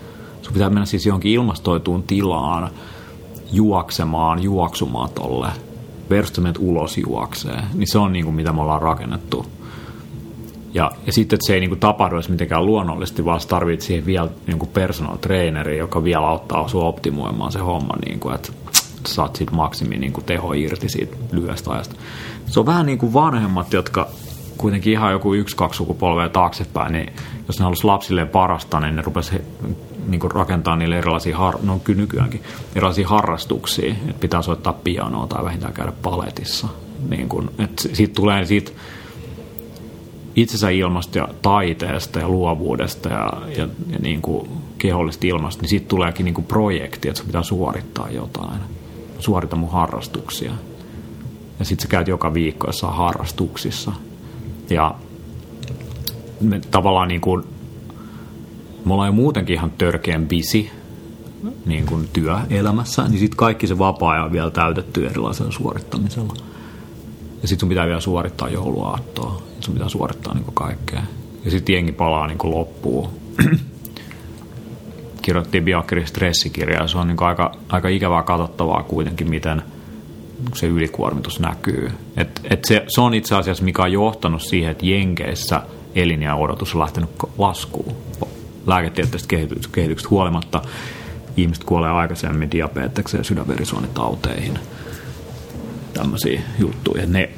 sun pitää mennä siis johonkin ilmastoituun tilaan juoksemaan juoksumatolle versus menet ulos juokseen. Niin se on niin kuin mitä me ollaan rakennettu. Ja sitten, että se ei niin kuin tapahdu edes mitenkään luonnollisesti, vaan tarvitset siihen vielä niin kuin personal traineri, joka vielä auttaa sinua optimoimaan se homma, niin kuin, että saat siitä maksimin niin kuin teho irti siitä lyhyestä ajasta. Se on vähän niin kuin vanhemmat, jotka kuitenkin ihan joku 1-2 sukupolvea taaksepäin, niin jos ne halusi lapsilleen parasta, niin ne rupesi niin kuin rakentaa niille erilaisia, no kyllä nykyäänkin, erilaisia harrastuksia, että pitää soittaa pianoa tai vähintään käydä paletissa. Niin kuin, että siitä tulee siitä itsensä ilmasta ja taiteesta ja luovuudesta ja niin kuin kehollista ilmasta, niin siitä tuleekin niin kuin projekti, että sun pitää suorittaa jotain. Suorita mun harrastuksia. Ja sit sä käyt joka viikko jossain harrastuksissa. Ja me tavallaan niin kuin, me ollaan jo muutenkin ihan törkeän busy niin kuin työelämässä, niin sit kaikki se vapaa-ajan on vielä täytetty erilaisella suorittamisella. Ja sit sun pitää vielä suorittaa jouluaattoa. Sun pitää suorittaa niin kuin kaikkea. Ja sit jengi palaa niin kuin loppuun. Kirjoittiin Biohackerin stressikirjaa. Se on niin kuin aika ikävää katsottavaa kuitenkin, miten se ylikuormitus näkyy. Se on itse asiassa, mikä on johtanut siihen, että Jenkeissä eliniän odotus on lähtenyt laskuun. Lääketieteellisestä kehityksestä huolimatta ihmiset kuolee aikaisemmin diabetekseen ja sydänverisuonitauteihin. Tämmöisiä juttuja. Ne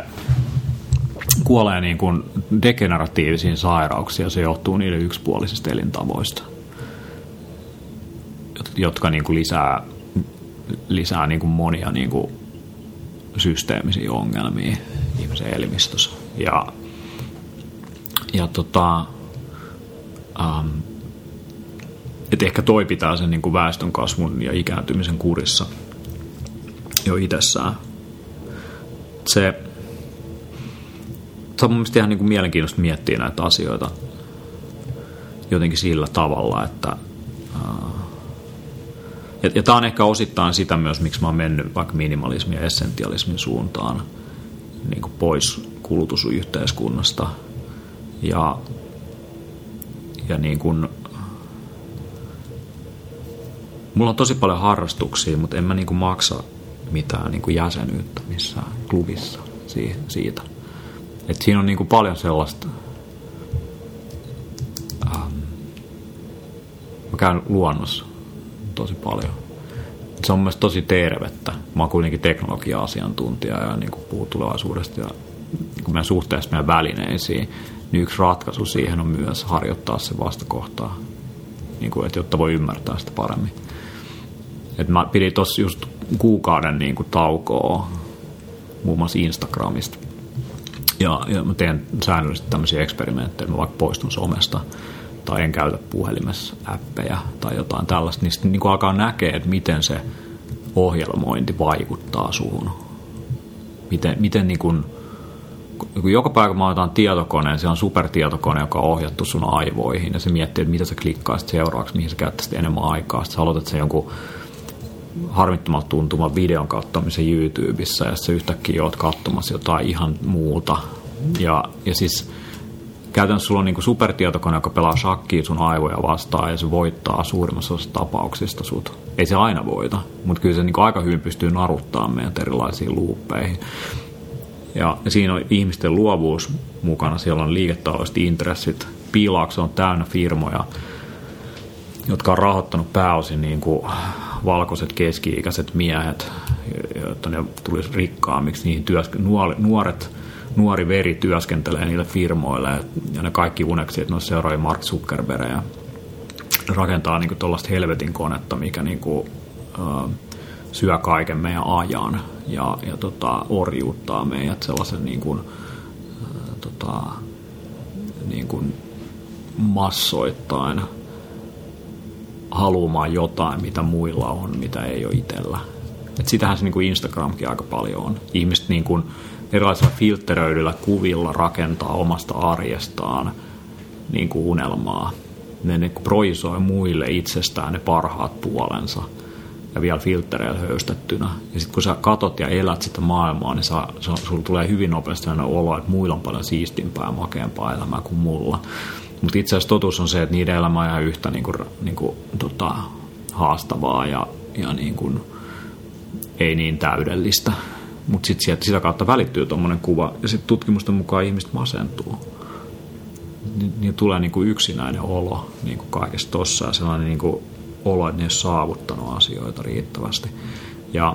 kuolee niin kuin degeneratiivisiin sairauksiin ja se johtuu niiden yksipuolisista elintavoista, jotka niin kuin lisää niin kuin monia niin kuin systeemisiä ongelmia ihmisen elimistössä. Et ehkä toi pitää sen niin kuin väestönkasvun ja ikääntymisen kurissa jo itsessään. Se on mun mielestä ihan niin kuin mielenkiintoista miettiä näitä asioita jotenkin sillä tavalla, että ja tämä on ehkä osittain sitä myös, miksi mä oon mennyt vaikka minimalismin ja essentialismin suuntaan niin kuin pois kulutusyhteiskunnasta ja niin kuin mulla on tosi paljon harrastuksia, mutta en mä niin kuin maksa mitään niin kuin jäsenyyttä missään klubissa siitä. Et siinä on niin kuin paljon sellaista. Mä käyn luonnossa tosi paljon. Se on mielestäni tosi tervettä. Mä oon kuitenkin teknologia-asiantuntija ja niin kuin puhun tulevaisuudesta ja niin kuin meidän suhteessa meidän välineisiin, niin yksi ratkaisu siihen on myös harjoittaa se vastakohtaa, niin kuin, että jotta voi ymmärtää sitä paremmin. Et mä pidin tossa just kuukauden niin kuin taukoa muun muassa Instagramista. Ja mä teen säännöllisesti tämmöisiä eksperimenttejä, mä vaikka poistun somesta tai en käytä puhelimessa appeja tai jotain tällaista, niin sitten niin kuin alkaa näkee, että miten se ohjelmointi vaikuttaa suhun. Miten niin kuin, joka päivä kun mä otan tietokoneen, se on supertietokone, joka on ohjattu sun aivoihin ja se miettii, että mitä sä klikkaisit seuraavaksi, mihin sä käyttäisit enemmän aikaa. Sitten sä aloitat sen jonkun harmittomalta tuntuman videon katsomisen YouTubessa ja sitten yhtäkkiä oot katsomassa jotain ihan muuta. Ja siis käytännössä sulla on niinku supertietokone, joka pelaa shakkiin sun aivoja vastaan ja se voittaa suurimmassa osassa tapauksista sut. Ei se aina voita, mutta kyllä se niinku aika hyvin pystyy naruttamaan meidät erilaisiin luuppeihin. Ja siinä on ihmisten luovuus mukana, siellä on liiketaloudelliset intressit. Piilaakso on täynnä firmoja, jotka on rahoittanut pääosin niin kuin valkoiset keski-ikäiset miehet, jotta ne tulisi rikkaammiksi. Niihin nuori veri työskentelee niille firmoille ja ne kaikki uneksi, että ne on seuraavia Mark Zuckerbergia. Rakentaa niin kuin tuollaista helvetin konetta, mikä niin kuin, syö kaiken meidän ajan ja orjuuttaa meidät sellaisen niin kuin massoittain haluamaan jotain, mitä muilla on, mitä ei ole itsellä. Et sitähän se niin kuin Instagramkin aika paljon on. Ihmiset niin kuin erilaisilla filtteröidyillä kuvilla rakentaa omasta arjestaan niin kuin unelmaa. Ne projisoi muille itsestään ne parhaat puolensa ja vielä filttereillä höystettynä. Ja sitten kun sä katot ja elät sitä maailmaa, niin sulla tulee hyvin nopeasti sellainen olo, että muilla on paljon siistimpää ja makeampaa elämää kuin mulla. Mutta itse asiassa totuus on se, että niiden elämä on ihan yhtä haastavaa ja niin kuin, ei niin täydellistä. Mutta sitten sitä kautta välittyy tuommoinen kuva, ja sitten tutkimusten mukaan ihmiset masentuu. Niin tulee niin kuin yksinäinen olo niin kuin kaikessa tossa, ja sellainen niin kuin olo, että ne ei ole saavuttanut asioita riittävästi. Ja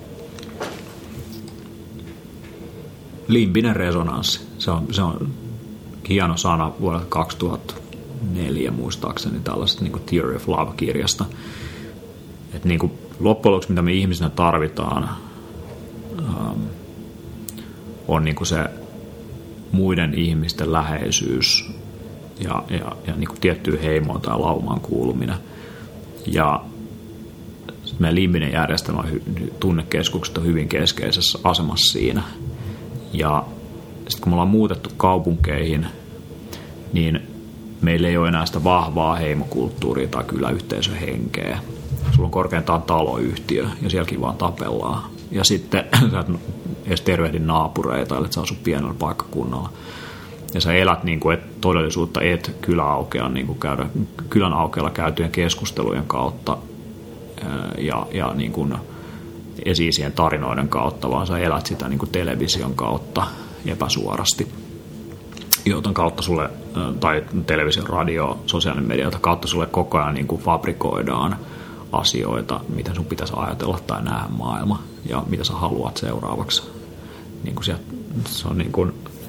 limbinen resonanssi, se on hieno sana vuodelta 2004 muistaakseni tällaisesta niin kuin Theory of Love-kirjasta. Että niin kuin loppujen lopuksi, mitä me ihmisinä tarvitaan, on niin kuin se muiden ihmisten läheisyys ja niin kuin tiettyyn heimoon tai laumaan kuuluminen. Ja meidän limbinen järjestelmä, tunnekeskukset on hyvin keskeisessä asemassa siinä. Ja sitten kun me ollaan muutettu kaupunkeihin, niin meillä ei ole enää sitä vahvaa heimokulttuuria tai kyläyhteisöhenkeä. Sulla on korkeintaan taloyhtiö ja sielläkin vaan tapellaan. Ja sitten sä et edes tervehdi naapureita, että sä asut pienellä paikkakunnalla. Ja sä elät niin kuin todellisuutta niin kuin kylän aukealla käytyjen keskustelujen kautta ja niin kuin esi-isien tarinoiden kautta, vaan sä elät sitä niin kuin television kautta epäsuorasti, joten kautta sulle, tai televisio, radio, sosiaalinen media, jota kautta sulle koko ajan niin kuin fabrikoidaan asioita, miten sun pitäisi ajatella tai nähdä maailma ja mitä sä haluat seuraavaksi. Niin kuin se on niin kuin,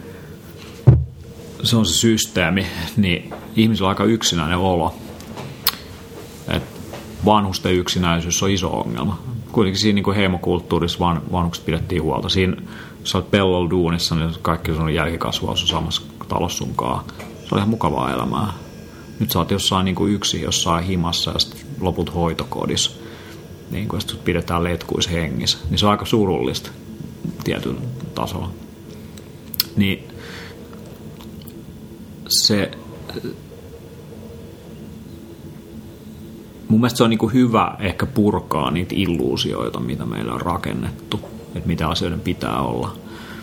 se on se systeemi, niin ihmisillä on aika yksinäinen olo. Et vanhusten yksinäisyys on iso ongelma. Kuitenkin siinä niin heimokulttuurissa vanhukset pidettiin huolta. Siinä, jos sä olet pellolla duunissa, niin kaikki sun jälkikasvaus on samassa talossa sunkaan. Se on ihan mukavaa elämää. Nyt sä oot jossain niin kuin yksin, jossain himassa ja sitten loput hoitokodissa. Niin kuin sut pidetään letkuissa hengissä. Niin se on aika surullista tietyllä tasolla. Niin se... Mun mielestä se on niin kuin hyvä ehkä purkaa niitä illuusioita, mitä meillä on rakennettu, että mitä asioiden pitää olla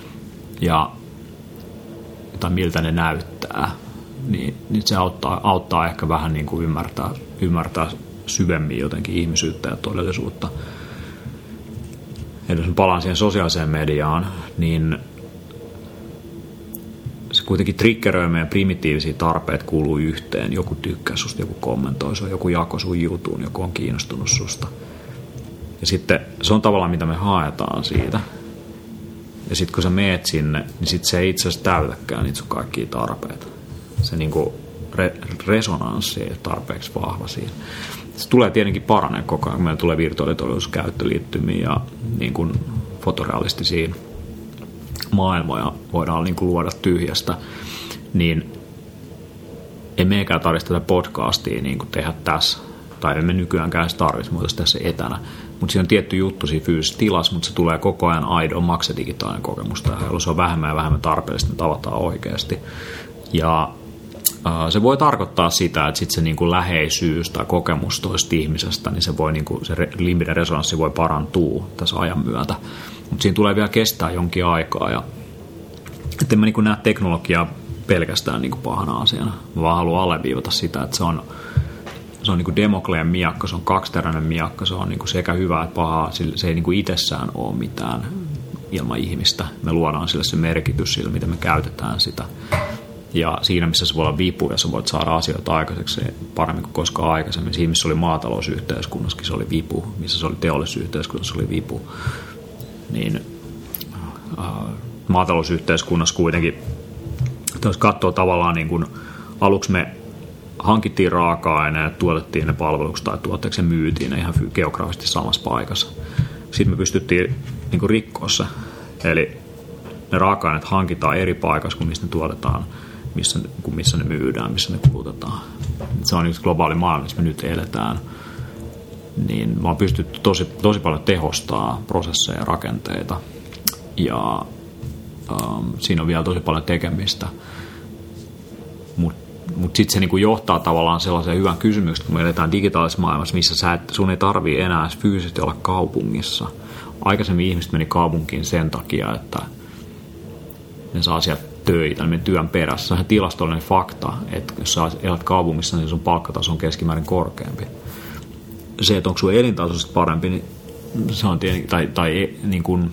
tai miltä ne näyttää. Niin se auttaa ehkä vähän niin kuin ymmärtää syvemmin jotenkin ihmisyyttä ja todellisuutta. Ja jos mä palaan siihen sosiaaliseen mediaan, niin se kuitenkin triggeröi meidän primitiivisiä tarpeet kuuluu yhteen. Joku tykkää susta, joku kommentoi sua, joku jakoi sun jutuun, joku on kiinnostunut susta. Ja sitten se on tavallaan mitä me haetaan siitä. Ja sitten kun sä meet sinne, niin sitten se ei itse asiassa täytäkään niitä sun kaikkia tarpeita. Se niinku resonanssi ei ole tarpeeksi vahva siinä. Se tulee tietenkin paranee koko ajan, kun meillä tulee virtuaalitodellisuuskäyttöliittymiä ja niin kuin fotorealistisia maailmoja voidaan niin kuin luoda tyhjästä, niin ei meikään tarvitse tätä podcastia niin kuin tehdä tässä, tai emme nykyäänkään tarvitse, me voitaisiin tässä etänä, mutta siinä on tietty juttu siinä fyysisessä tilassa, mutta se tulee koko ajan aidon maksadigitaalinen kokemus, jolloin se on vähemmän ja vähemmän tarpeellista, että tavataan oikeasti. Ja se voi tarkoittaa sitä, että sitten se niin kuin läheisyys tai kokemus toista ihmisestä, niin se, voi niin kuin, se limbinen resonanssi voi parantua tässä ajan myötä. Mutta siinä tulee vielä kestää jonkin aikaa. Ja en mä niin kuin näe teknologiaa pelkästään niin kuin pahana asiana. Mä vaan haluan alleviivata sitä, että se on niin kuin Demokleen miakka, se on kaksiteräinen miakka, se on niin kuin sekä hyvä että paha. Se ei niin kuin itsessään ole mitään ilman ihmistä. Me luodaan sille se merkitys sille, miten me käytetään sitä. Ja siinä, missä se voi olla vipu ja sä voit saada asioita aikaiseksi paremmin kuin koskaan aikaisemmin. Siinä, missä oli maatalousyhteiskunnassakin se oli vipu, missä se oli teollisuusyhteiskunnassa se oli vipu. Niin maatalousyhteiskunnassa kuitenkin, jos katsoo tavallaan niin kuin aluksi me hankittiin raaka-aineet, tuotettiin ne palveluksi tai tuotteeksi ja myytiin ne ihan geografisesti samassa paikassa. Sitten me pystyttiin niin kuin rikkoa se. Eli ne raaka-aineet hankitaan eri paikassa kuin missä ne tuotetaan, missä ne myydään, missä ne kulutetaan. Se on yksi globaali maailma, missä me nyt eletään. Niin me on pystytty tosi paljon tehostaa prosesseja ja rakenteita. Ja siinä on vielä tosi paljon tekemistä. Mutta sitten se niinku johtaa tavallaan sellaiseen hyvän kysymykseen, kun me eletään digitaalisessa maailmassa, missä sun ei tarvitse enää fyysisesti olla kaupungissa. Aikaisemmin ihmiset meni kaupunkiin sen takia, että ne saa sieltä töitä, niin työn perässä. Se on ihan tilastollinen fakta, että jos sä elät kaupungissa, niin sun palkkataso on keskimäärin korkeampi. Se, että onko sun elintaso parempi, niin se on tietenkin, tai niin kuin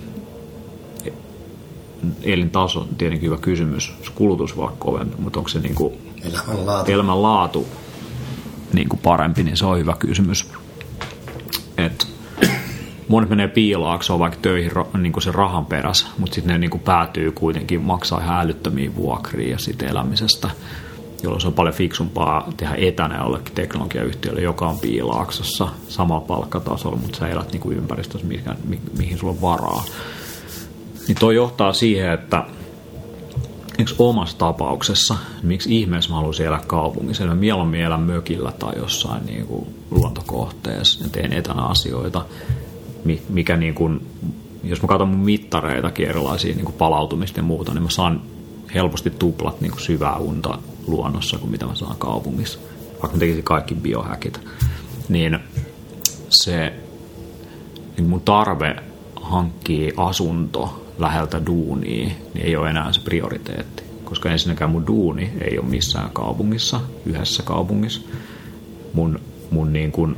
elintaso on tietenkin hyvä kysymys. Kulutus voi olla kovempi, mutta onko se niin kuin elämänlaatu niin kuin parempi, niin se on hyvä kysymys. Et monet menee piilaaksoon vaikka töihin niin kuin sen rahan perässä, mutta sitten ne niin kuin päätyy kuitenkin maksaa ihan älyttömiä vuokria siitä elämisestä, jolloin se on paljon fiksumpaa tehdä etänä jollekin teknologiayhtiölle, joka on piilaaksossa samalla palkkatasolla, mutta sä elät niin kuin ympäristössä, mihin sulla on varaa. Niin toi johtaa siihen, että omassa tapauksessa, miksi ihmeessä mä haluaisin elää kaupungissa, mä mieluummin elän mökillä tai jossain niin kuin luontokohteessa ja teen etänä asioita, mikä niin kuin, jos mä katson mun mittareitakin erilaisia niin kuin palautumista ja muuta, niin mä saan helposti tuplat niin kuin syvää unta luonnossa kuin mitä mä saan kaupungissa. Vaikka mä tekisin kaikki biohäkit. Niin se niin mun tarve hankkii asunto läheltä duunia, niin ei ole enää se prioriteetti. Koska ensinnäkään mun duuni ei ole missään kaupungissa, yhdessä kaupungissa. Mun niin kuin,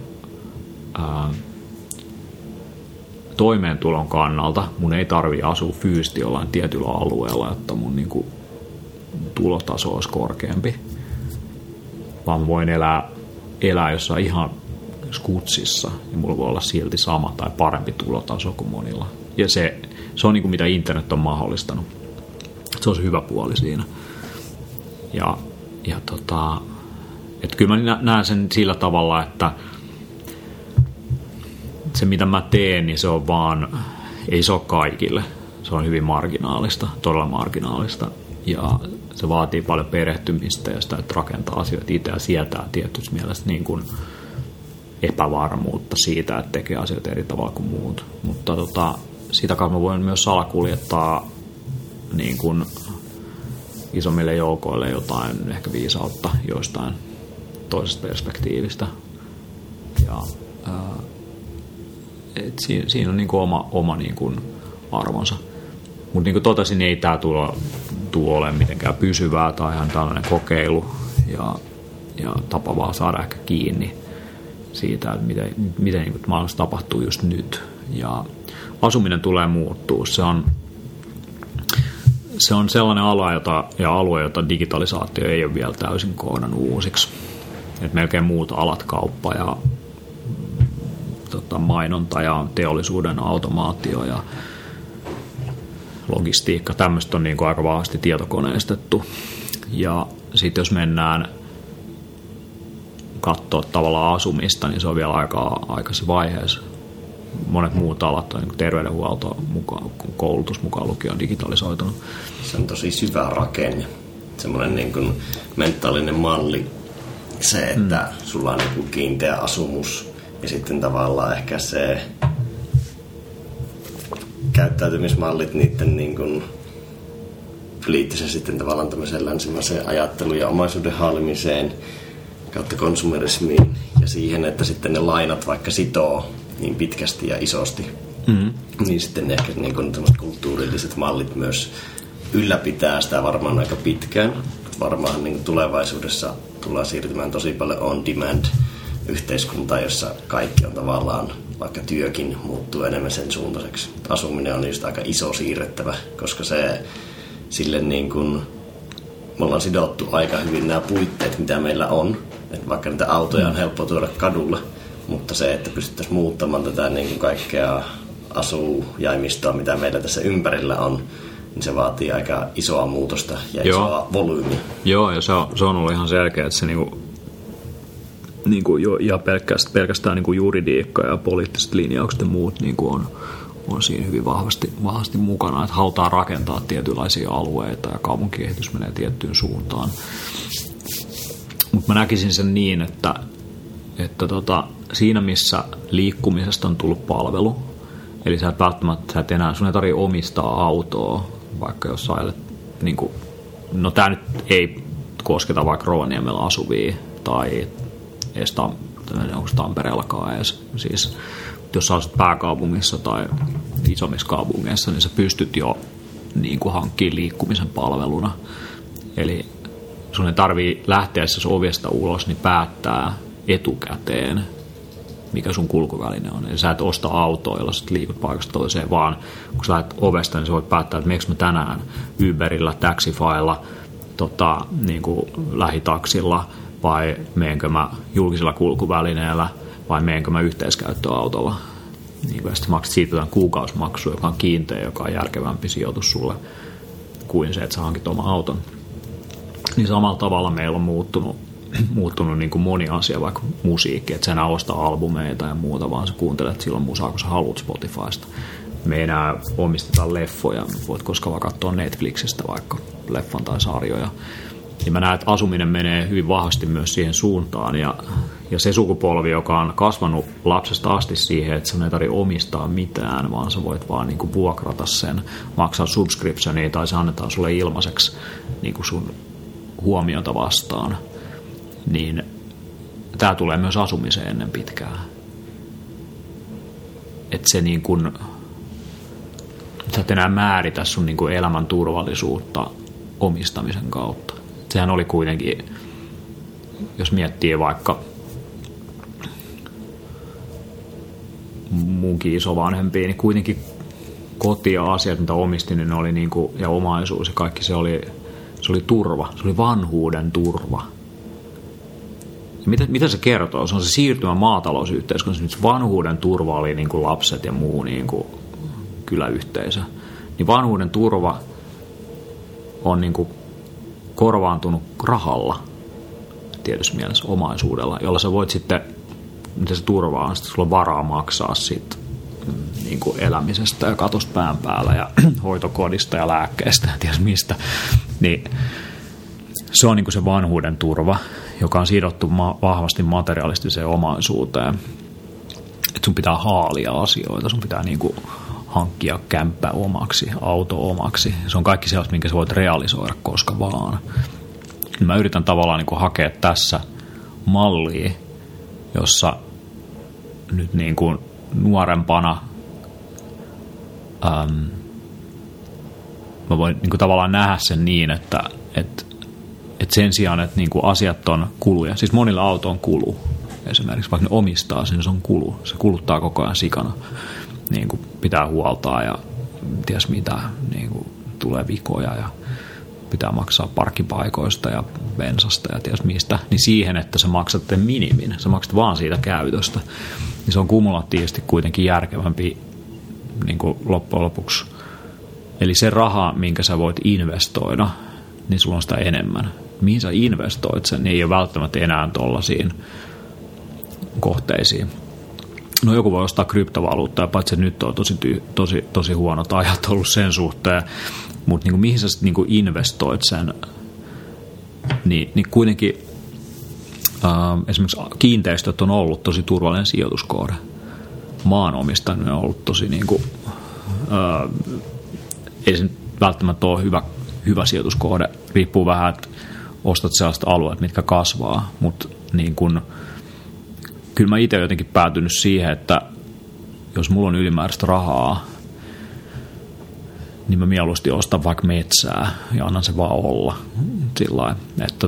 toimeentulon kannalta mun ei tarvitse asua fyysisesti jollain tietyllä alueella, jotta mun niin kuin tulotaso olisi korkeampi. Vaan mä voin elää jossain ihan skutsissa, ja mulla voi olla silti sama tai parempi tulotaso kuin monilla. Ja se on niin kuin mitä internet on mahdollistanut. Se on se hyvä puoli siinä. Että kyllä mä näen sen sillä tavalla, että se mitä mä teen, niin se on vaan, ei se ole kaikille. Se on hyvin marginaalista, todella marginaalista. Ja se vaatii paljon perehtymistä ja sitä, että rakentaa asioita itse ja sietää tietysti mielessä niin kuin epävarmuutta siitä, että tekee asioita eri tavalla kuin muut. Mutta sitä kautta mä voin myös salakuljettaa niin kuin isommille joukoille jotain ehkä viisautta joistain toisesta perspektiivistä. Ja siinä on niin kuin oma niin kuin arvonsa. Mutta niin kuin totesin, niin ei tämä tule ole mitenkään pysyvää tai ihan tällainen kokeilu ja tapa vaan saada ehkä kiinni siitä, että miten niin kuin maailmassa tapahtuu just nyt. Ja asuminen tulee muuttua. Se on sellainen alue, jota digitalisaatio ei ole vielä täysin koodannut uusiksi. Et melkein muut alat, kauppa ja mainonta ja teollisuuden automaatio ja logistiikka, tämmöistä on niin kuin aika vahvasti tietokoneistettu. Ja sitten jos mennään katsoa tavallaan asumista, niin se on vielä aikaisessa vaiheessa. Monet muut alat, niin kuin terveydenhuolto, koulutus mukaan lukien on digitalisoitunut. Se on tosi syvä rakenne. Semmoinen niin kuin mentaalinen malli. Se, että sulla on niin kiinteä asumus ja sitten tavallaan ehkä se käyttäytymismallit niiden niin kuin liittyy sitten tavallaan tämmöiseen länsimaiseen ajatteluun ja omaisuuden haalimiseen kautta konsumerismiin ja siihen, että sitten ne lainat vaikka sitoo niin pitkästi ja isosti, niin sitten ehkä niin kuin tämmöiset kulttuurilliset mallit myös ylläpitää sitä varmaan aika pitkään. Varmaan niin kuin tulevaisuudessa tullaan siirtymään tosi paljon on-demand yhteiskuntaan, jossa kaikki on tavallaan, vaikka työkin muuttuu enemmän sen suuntaiseksi. Asuminen on just aika iso siirrettävä, koska se sille niin kuin, me ollaan sidottu aika hyvin nämä puitteet, mitä meillä on. Että vaikka niitä autoja on helppo tuoda kadulle, mutta se, että pystyttäisiin muuttamaan tätä niin kuin kaikkea asujaimistoa, mitä meillä tässä ympärillä on, niin se vaatii aika isoa muutosta ja isoa volyymiä. Joo, ja se on ollut ihan selkeä, että se niinku jo pelkästään niinku juridiikka ja poliittiset linjaukset ja muut niinku on siinä hyvin vahvasti mukana, että halutaan rakentaa tietynlaisia alueita ja kaupunkikehitys menee tiettyyn suuntaan. Mutta mä näkisin sen niin, että siinä missä liikkumisesta on tullut palvelu, eli sä et välttämättä sun ei tarvitse omistaa autoa, vaikka jos sä ajattelet, niin kuin, no tää nyt ei kosketa vaikka Rovaniemellä asuvia tai edes onko Tampereellakaan edes. Siis, jos sä asut pääkaupungissa tai isommissa kaupungeissa, niin sä pystyt jo niin kuin hankkia liikkumisen palveluna. Eli sun ei tarvii lähteä ovesta ulos, niin päättää etukäteen, mikä sun kulkuväline on. Eli sä et osta autoa, jolla sä liikut paikasta toiseen, vaan kun sä lähdet ovesta, niin sä voit päättää, että meneekö mä tänään Uberilla, Taxifylla, niin kuin lähitaksilla, vai meenkö mä julkisella kulkuvälineellä, vai meenkö mä yhteiskäyttöautolla. Niin kuin, ja sitten maksat siitä jotain kuukausimaksua, joka on kiinteä, joka on järkevämpi sijoitus sulle kuin se, että sä hankit oman auton. Niin samalla tavalla meillä on muuttunut niin kuin moni asia, vaikka musiikki, että sä enää osta albumeita ja muuta, vaan sä kuuntelet silloin musaa, kun sä haluat Spotifysta. Me ei enää omisteta leffoja, voit koskaan vaan katsoa Netflixistä vaikka leffan tai sarjoja. Ja mä näen, että asuminen menee hyvin vahvasti myös siihen suuntaan, ja se sukupolvi, joka on kasvanut lapsesta asti siihen, että sun ei tarvitse omistaa mitään, vaan sä voit vaan niin kuin vuokrata sen, maksaa subscriptionia tai se annetaan sulle ilmaiseksi niin kuin sun huomiota vastaan, niin tää tulee myös asumiseen ennen pitkää. Että se niin kuin, sä et enää määritä sun niin kuin elämän turvallisuutta omistamisen kautta. Sehän oli kuitenkin, jos miettii vaikka munkin isovanhempia, niin kuitenkin koti ja asiat, mitä omistin, niin oli niin kuin, ja omaisuus ja kaikki, se oli turva. Se oli vanhuuden turva. Ja mitä se kertoo? Se on se siirtymä maatalousyhteiskunnassa. Nyt vanhuuden turva oli niin kuin lapset ja muu niin kuin kyläyhteisö. Niin vanhuuden turva on niin kuin korvaantunut rahalla, tietysti mielessä omaisuudella, jolla sä voit sitten, mitä se turvaa on, sulla on varaa maksaa siitä niin kuin elämisestä ja katosta pään päällä ja hoitokodista ja lääkkeestä ja ties mistä. Niin se on niin kuin se vanhuuden turva, joka on sidottu vahvasti materialistiseen omaisuuteen. Että sun pitää haalia asioita, sun pitää niin kuin hankkia kämppä omaksi, auto omaksi. Se on kaikki sellaista, minkä sä voit realisoida koska vaan. Mä yritän tavallaan niin kuin hakea tässä mallia, jossa nyt niin kuin nuorempana mä voin niin kuin tavallaan nähdä sen niin, että sen sijaan, että niin kuin asiat on kuluja. Siis monilla auto on kulu. Esimerkiksi vaikka ne omistaa sen, se on kulu. Se kuluttaa koko ajan sikana. Niin kuin pitää huoltaa ja ties mitä, niin kuin tulee vikoja ja pitää maksaa parkkipaikoista ja bensasta ja ties mistä, niin siihen, että sä maksat minimin, sä maksat vaan siitä käytöstä, niin se on kumulatiivisesti kuitenkin järkevämpi niin kuin loppujen lopuksi. Eli se raha, minkä sä voit investoida, niin sulla on sitä enemmän. Mihin sä investoit sen, niin ei ole välttämättä enää tollaisiin kohteisiin. No joku voi ostaa kryptovaluuttaa, paitsi nyt on tosi huonot ajat ollut sen suhteen, mutta niin mihin sä niin investoit sen, niin kuitenkin esimerkiksi kiinteistöt on ollut tosi turvallinen sijoituskohde. Maanomistaminen on ollut tosi, niin kuin, ei se välttämättä ole hyvä sijoituskohde, riippuu vähän, että ostat sellaiset alueet, mitkä kasvaa, mutta niin kuin, kyllä mä itse jotenkin päätynyt siihen, että jos mulla on ylimääräistä rahaa, niin mä mieluusti ostan vaikka metsää ja annan se vaan olla. Sillain, että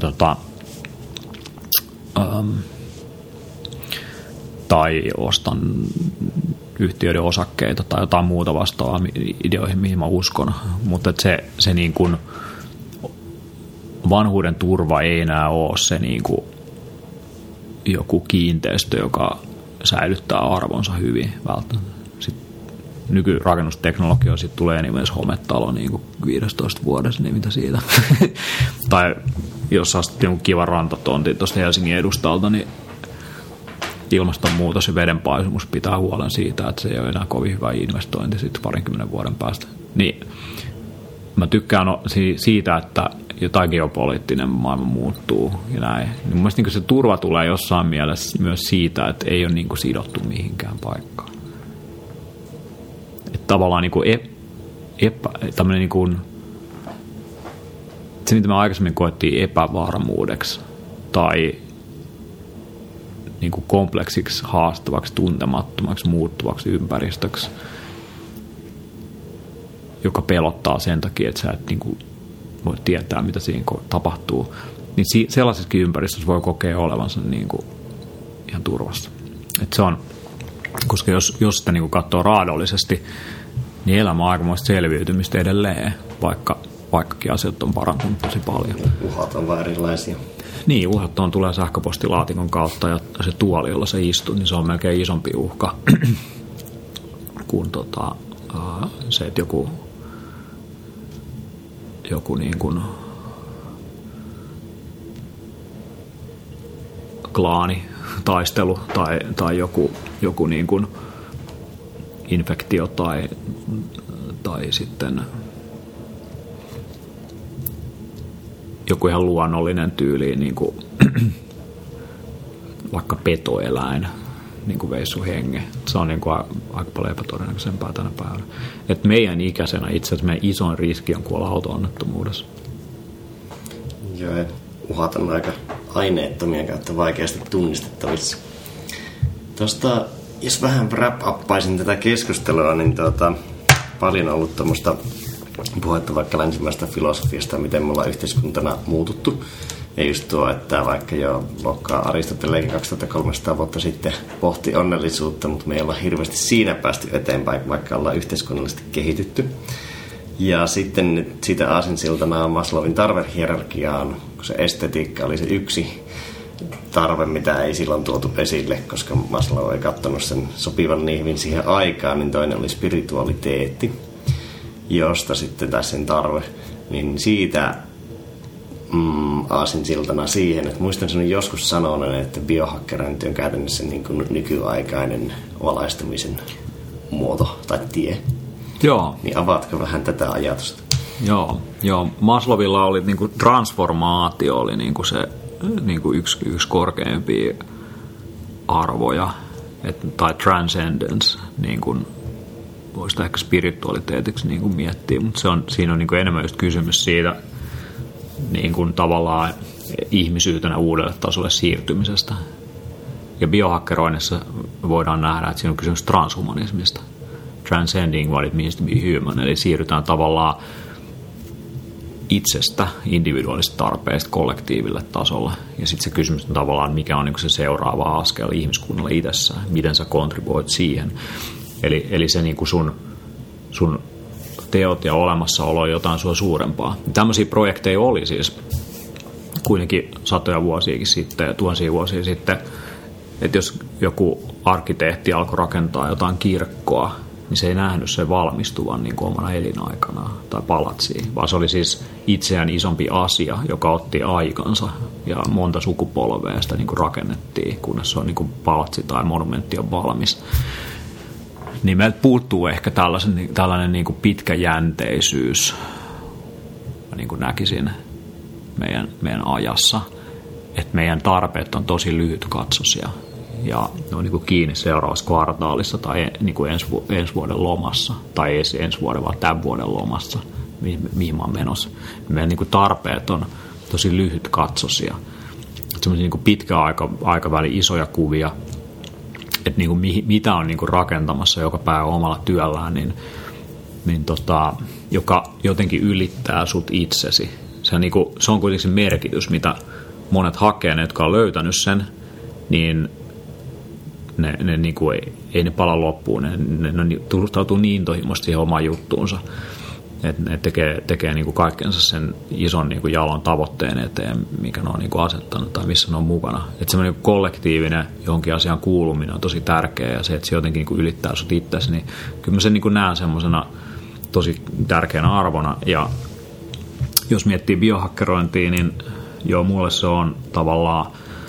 tai ostan yhtiöiden osakkeita tai jotain muuta vastaavaa ideoihin, mihin mä uskon. Mutta se niin kuin vanhuuden turva ei enää ole se niin kuin joku kiinteistö, joka säilyttää arvonsa hyvin välttämättä. Sitten nykyrakennusteknologia sitten tulee enimmäis hometalo niin kuin 15 vuodessa, niin mitä siitä. Tai jos astat jonkun kivan rantatontin tuosta Helsingin edustalta, niin ilmastonmuutos ja vedenpaisumus pitää huolen siitä, että se ei ole enää kovin hyvä investointi sitten 20 vuoden päästä. Niin mä tykkään siitä, että jotain geopoliittinen maailma muuttuu ja näin. Niin mun mielestä niin se turva tulee jossain mielessä myös siitä, että ei ole niin kuin sidottu mihinkään paikkaan. Että tavallaan niin kuin tämmöinen niin kuin, se, mitä me aikaisemmin koettiin epävarmuudeksi tai niin kuin kompleksiksi, haastavaksi, tuntemattomaksi, muuttuvaksi ympäristöksi, joka pelottaa sen takia, että sä et niin kuin voi tietää, mitä siinä tapahtuu, niin sellaisessakin ympäristössä voi kokea olevansa niin kuin ihan turvassa. Että se on, koska jos sitä niin kuin katsoo raadollisesti, niin elämä on aikamoista selviytymistä edelleen, vaikkakin asiat on parantunut tosi paljon. Uhat on vaan erilaisia. Niin, uhat tulee sähköpostilaatikon kautta, ja se tuoli, jolla se istuu, niin se on melkein isompi uhka kuin se, että joku niin kuin klaanitaistelu tai joku niin kuin infektio tai sitten joku ihan luonnollinen tyyli, niin kuin vaikka petoeläin, niin kuin veisi sun hengen. Se on niin kuin aika paljon epätodennäköisempää tänä päivänä. Et meidän ikäisenä itse asiassa meidän isoin riski on kuolla auto-onnettomuudessa. Joo, uhat on aika aineettomia kautta vaikeasti tunnistettavissa. Tuosta, jos vähän wrap-uppaisin tätä keskustelua, niin paljon on ollut tuommoista puhetta vaikka länsimaista filosofiasta, miten me ollaan yhteiskuntana muututtu. Ja just tuo, että vaikka jo luokkaa Aristoteleekin 2300 vuotta sitten pohti onnellisuutta, mutta me ei olla hirveästi siinä päästy eteenpäin, vaikka ollaan yhteiskunnallisesti kehitytty. Ja sitten siitä aasinsiltana Maslowin tarvehierarkiaan, kun se estetiikka oli se yksi tarve, mitä ei silloin tuotu esille, koska Maslow ei katsonut sen sopivan niin siihen aikaan, niin toinen oli spiritualiteetti, josta sitten taas sen tarve, niin siitä aasinsiltana siihen, että muistan sinun joskus sanoneen, että biohakkerointi on käytännössä niin kuin nykyaikainen valaistumisen muoto tai tie. Joo. Niin avaatko vähän tätä ajatusta? Joo. Maslowilla oli niin kuin transformaatio oli niin kuin se niin kuin yksi korkeimpia arvoja, tai transcendence, niin kuin voisi ehkä spiritualiteetiksi niin kuin miettiä, mutta siinä on niin kuin enemmän just kysymys siitä niin kuin tavallaan ihmisyytenä uudelle tasolle siirtymisestä. Ja biohakkeroinnissa voidaan nähdä, että siinä on kysymys transhumanismista. Transcending what it means to be human, eli siirrytään tavallaan itsestä, individuaalista tarpeesta kollektiiville tasolle. Ja sitten se kysymys on tavallaan, mikä on niin se seuraava askel ihmiskunnalle itsessään, miten sä kontribuoit siihen. Eli se niin kuin sun teot ja olemassaolo on jotain sua suurempaa. Tämmöisiä projekteja oli siis kuitenkin satoja vuosiakin sitten ja tuhansia vuosia sitten, että jos joku arkkitehti alkoi rakentaa jotain kirkkoa, niin se ei nähnyt sen valmistuvan niin kuin omana elinaikanaan tai palatsiin, vaan se oli siis itseään isompi asia, joka otti aikansa ja monta sukupolvea sitä niin kuin rakennettiin, kunnes se on niin kuin palatsi tai monumentti on valmis. Niin meiltä puuttuu ehkä tällainen niin kuin pitkäjänteisyys, mä niin kuin näkisin meidän ajassa, että meidän tarpeet on tosi lyhytkatsoisia ja ne on niin kuin kiinni seuraavassa kvartaalissa tai niin kuin ensi vuoden lomassa tai ei ensi vuoden, vaan tämän vuoden lomassa, mihin mä oon menossa. Meidän niin kuin tarpeet on tosi lyhytkatsoisia. Sellaisia niin kuin pitkä aikaväli isoja kuvia, että niin kuin mitä on niin kuin rakentamassa joka päivä omalla työllään, niin joka jotenkin ylittää sut itsesi. Se on kuitenkin se merkitys, mitä monet hakee, ne, jotka on löytänyt sen, niin ne niin kuin ei ne pala loppuun. Ne turustautuu niin intohimoisesti siihen omaan juttuunsa, että ne tekee niin kuin kaikkensa sen ison niin kuin jalon tavoitteen eteen, mikä ne on niin kuin asettanut tai missä ne on mukana. Että semmoinen kollektiivinen johonkin asiaan kuuluminen on tosi tärkeä ja se, että se jotenkin niin kuin ylittää sut itsesi, niin kyllä mä sen niin kuin näen semmoisena tosi tärkeänä arvona. Ja jos miettii biohakkerointia, niin joo, mulle se on tavallaan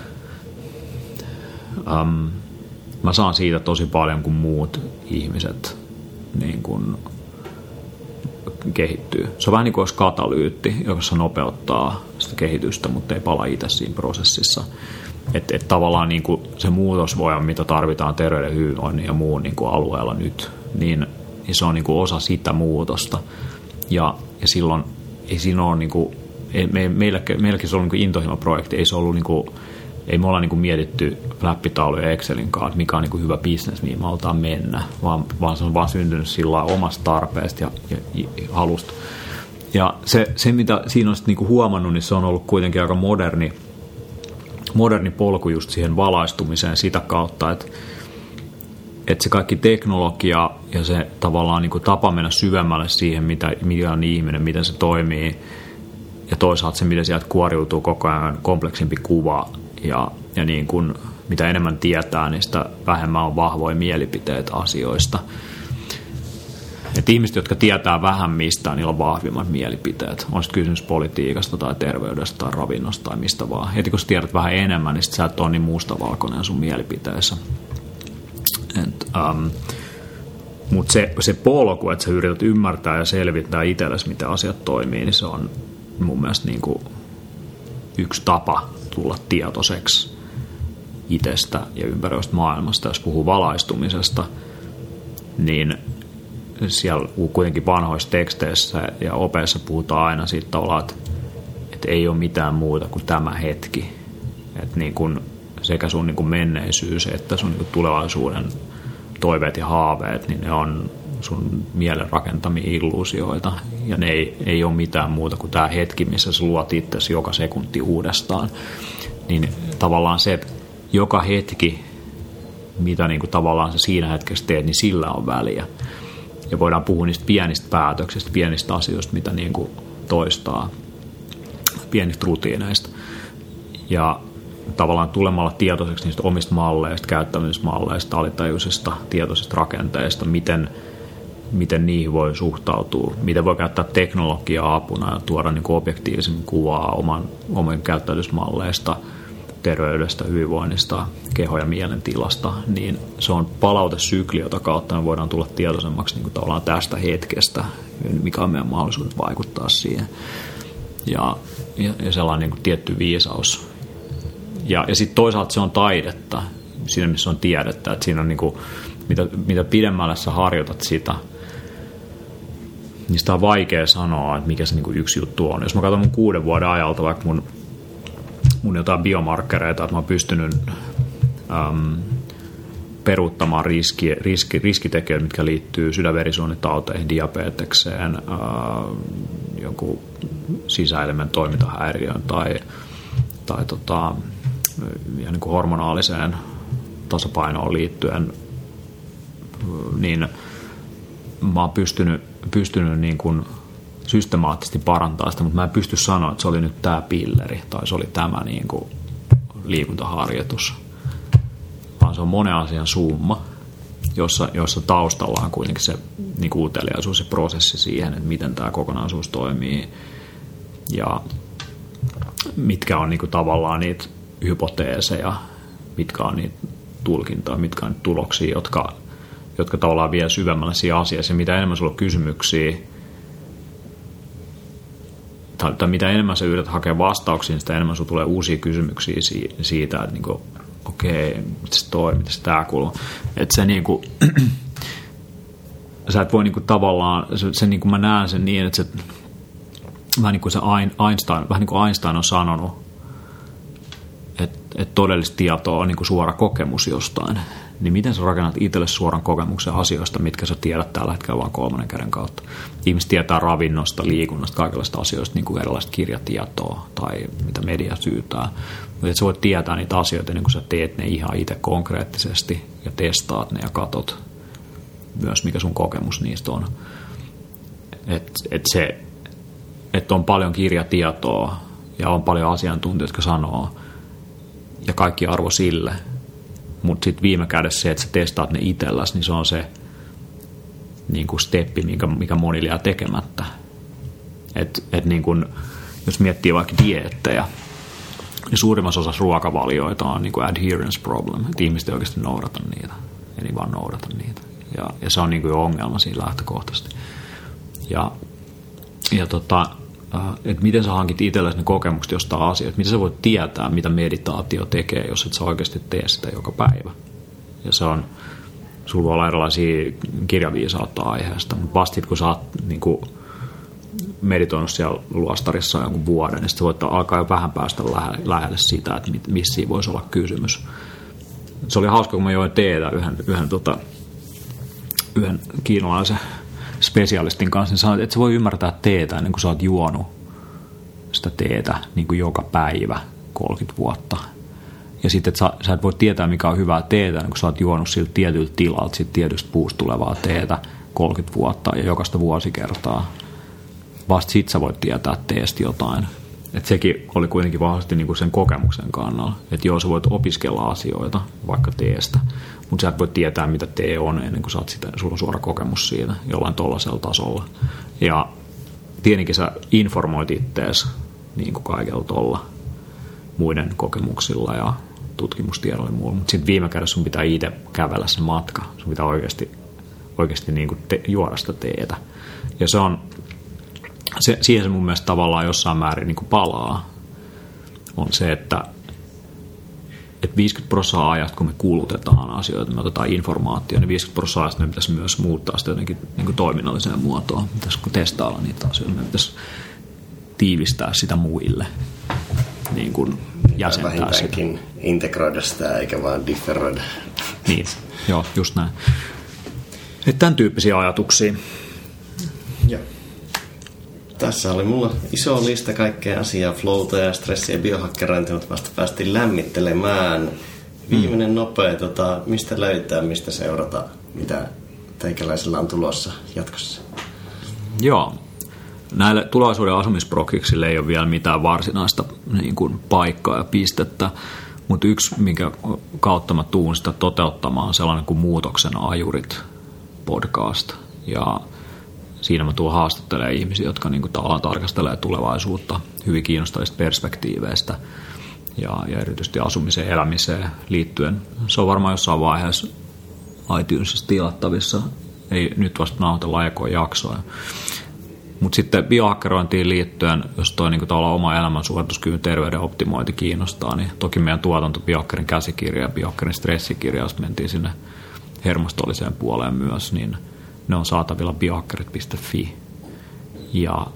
mä saan siitä tosi paljon, kun muut ihmiset niin kuin kehittyy. Se on vähän niin kuin olisi katalyytti, joka nopeuttaa sitä kehitystä, mutta ei pala itse siinä prosessissa. Että tavallaan niin kuin se muutosvoima, mitä tarvitaan terveyden, hyvinvoinnin ja muun niin kuin alueella nyt, niin se on niin kuin osa sitä muutosta. Ja silloin ei siinä ole, niin kuin, meilläkin se on niin kuin intohimoprojekti, ei se ollut niin kuin ei me olla niin kuin mietitty flappitauluja Excelin kanssa, että mikä on niin kuin hyvä business, mihin me halutaan mennä, vaan se on vaan syntynyt sillä omasta tarpeesta ja halusta. Ja se mitä siinä on niin kuin huomannut, niin se on ollut kuitenkin aika moderni polku just siihen valaistumiseen sitä kautta, että se kaikki teknologia ja se tavallaan niin kuin tapa mennä syvemmälle siihen, mikä on ihminen, miten se toimii, ja toisaalta se, miten sieltä kuoriutuu koko ajan kompleksimpi kuva, ja niin kuin, mitä enemmän tietää, niin sitä vähemmän on vahvoja mielipiteitä asioista. Et ihmiset, jotka tietää vähän mistään, niillä on vahvimmat mielipiteet. On sitten kysymys politiikasta tai terveydestä tai ravinnosta tai mistä vaan. Heti kun sä tiedät vähän enemmän, niin sä et ole niin mustavalkoinen sun mielipiteissä. Mutta se polku, että sä yrität ymmärtää ja selvittää itsellesi, miten asiat toimii, niin se on mun mielestä niin kuin yksi tapa tulla tietoiseksi itsestä ja ympäröivästä maailmasta. Jos puhuu valaistumisesta, niin siellä kuitenkin vanhoissa teksteissä ja opeissa puhutaan aina siitä tavallaan, että ei ole mitään muuta kuin tämä hetki. Että niin kuin sekä sun niin kuin menneisyys että sun niin kuin tulevaisuuden toiveet ja haaveet, niin ne on sun mielen rakentamia illuusioita. Ja ne ei ole mitään muuta kuin tämä hetki, missä sä luot itsesi joka sekunti uudestaan. Niin tavallaan se, että joka hetki, mitä niin kuin tavallaan sä siinä hetkessä teet, niin sillä on väliä. Ja voidaan puhua niistä pienistä päätöksistä, pienistä asioista, mitä niin kuin toistaa, pienistä rutiineista. Ja tavallaan tulemalla tietoiseksi niistä omista malleista, käyttämismalleista, alitajuisista, tietoisista rakenteista, miten niihin voi suhtautua, miten voi käyttää teknologiaa apuna ja tuoda niin kuin objektiivisemmin kuvaa oman käyttäytymismalleista, terveydestä, hyvinvoinnista, keho- ja mielentilasta, niin se on palautesykli, jota kautta me voidaan tulla tietoisemmaksi niin kuin tavallaan tästä hetkestä, mikä on meidän mahdollisuudet vaikuttaa siihen. Ja sellainen niin kuin tietty viisaus. Ja sitten toisaalta se on taidetta, siinä missä on tiedettä, että siinä on niin kuin, mitä pidemmälle sä harjoitat sitä, niin sitä on vaikea sanoa, että mikä se niin kuin yksi juttu on. Jos mä katson mun 6 vuoden ajalta vaikka mun jotain biomarkkereita, että mä oon pystynyt peruuttamaan riskitekijöitä, mitkä liittyy sydänverisuonitauteihin, diabetekseen, jonkun sisäelimen toimintahäiriöön tai ja niin kuin hormonaaliseen tasapainoon liittyen, niin mä oon pystynyt niin kuin systemaattisesti parantaa sitä, mutta mä en pysty sanoa, että se oli nyt tämä pilleri tai se oli tämä niin kuin liikuntaharjoitus, vaan se on monen asian summa, jossa taustalla on kuitenkin se niin kuin uteliaisuus ja prosessi siihen, että miten tämä kokonaisuus toimii ja mitkä on niin kuin tavallaan niitä hypoteeseja, mitkä on niitä tulkintoja, mitkä on niitä tuloksia, jotka tavallaan vie syvemmälle siinä asiassa. Ja mitä enemmän sulla on kysymyksiä, tai mitä enemmän sä yrität hakea vastauksia, niin sitä enemmän sulla tulee uusia kysymyksiä siitä, että niinku, okei, miten se tää kuuluu. Että se niinku, sä et voi niinku tavallaan, se niinku mä näen sen niin, että se vähän niin kuin se Einstein on sanonut, että todellista tietoa on niin kuin suora kokemus jostain. Niin miten sä rakennat itselle suoran kokemuksen asioista, mitkä sä tiedät tällä hetkellä vaan 3 käden kautta? Ihmiset tietää ravinnosta, liikunnasta, kaikenlaista asioista, niin kuin erilaista kirjatietoa tai mitä media syytää. Mutta et sä voit tietää niitä asioita, niin kuin sä teet ne ihan itse konkreettisesti ja testaat ne ja katot myös, mikä sun kokemus niistä on. Että on paljon kirjatietoa ja on paljon asiantuntijoita, jotka sanoo, ja kaikki arvo sille. Mutta sitten viime kädessä se, että sä testaat ne itselläsi, niin se on se niin kuin steppi, mikä moni liian tekemättä. Niin kuin, jos miettii vaikka dieettejä, niin suurimmassa osassa ruokavalioita on niin kuin adherence problem, että ihmiset ei oikeasti noudata niitä, eli vaan noudata niitä. Ja se on niin kuin ongelma siinä lähtökohtaisesti. Että miten sä hankit itsellesi ne kokemukset jostain asioista, miten sä voit tietää, mitä meditaatio tekee, jos et sä oikeasti tee sitä joka päivä. Ja se on, sulla voi olla erilaisia kirjaviisautta aiheesta, mutta vasta kun sä oot niin kuin meditoinut siellä luostarissa jonkun vuoden, niin sitten voit alkaa jo vähän päästä lähelle sitä, että missä voisi olla kysymys. Se oli hauska, kun mä join teetä yhden kiinalaisen spesialistin kanssa, niin sanoin, että se voi ymmärtää teetä ennen kuin sä oot juonut sitä teetä niin kuin joka päivä 30 vuotta. Ja sitten, että sä et voi tietää, mikä on hyvää teetä, niin kun sä oot juonut siltä tietyltä tilalta, siitä tietystä puusta tulevaa teetä 30 vuotta ja jokaista vuosikertaa. Vasta sit sä voit tietää teestä jotain. Että sekin oli kuitenkin vahvasti niin kuin sen kokemuksen kannalla. Että joo, sä voit opiskella asioita vaikka teestä, mutta sä et voi tietää, mitä tee on ennen kuin sulla on suora kokemus siitä jollain tollaisella tasolla. Ja tietenkin sä informoit ittees niin kuin kaikella tolla muiden kokemuksilla ja tutkimustiedolla ja muulla. Mutta sitten viime kädessä sun pitää itse kävellä se matka. Sun pitää oikeasti niin kuin juoda sitä teetä. Ja siihen se mun mielestä tavallaan jossain määrin niin kuin palaa. On se, että 50% ajasta, kun me kulutetaan asioita, me otetaan informaatiota, niin 50% ajasta me pitäisi myös muuttaa sitä jotenkin niin kuin toiminnalliseen muotoon. Pitäisi testailla niitä asioita. Me pitäisi tiivistää sitä muille. Niin kuin jäsentää vähintäänkin sitä. Integroida sitä, eikä vaan differoida. Niin, joo, just näin. Että tämän tyyppisiä ajatuksia. Joo. Tässä oli mulla iso lista kaikkea asiaa, flowta ja stressiä ja biohakkerointia, mutta vasta päästiin lämmittelemään. Viimeinen nopea, mistä löytää, mistä seurata, mitä teikäläisellä on tulossa jatkossa? Joo. Näille tulevaisuuden asumisprokiksille ei ole vielä mitään varsinaista niin kuin paikkaa ja pistettä, mutta yksi, minkä kautta mä tuun sitä toteuttamaan, on sellainen kuin Muutoksen ajurit podcast. Ja siinä mä tuun haastattelemaan ihmisiä, jotka niin kuin tavallaan tarkastelee tulevaisuutta hyvin kiinnostavista perspektiiveistä ja erityisesti asumiseen ja elämiseen liittyen. Se on varmaan jossain vaiheessa iTunesissa tilattavissa. Ei nyt vasta nauhoitella ekojaksoja. Mutta sitten biohakkerointiin liittyen, jos toi niinku tavallaan oma elämän suorituskyvyn terveyden optimointi kiinnostaa, niin toki meidän tuotanto biohakkerin käsikirja ja biohakkerin stressikirja, jos mentiin sinne hermostolliseen puoleen myös, niin ne on saatavilla biohakkerit.fi. Ja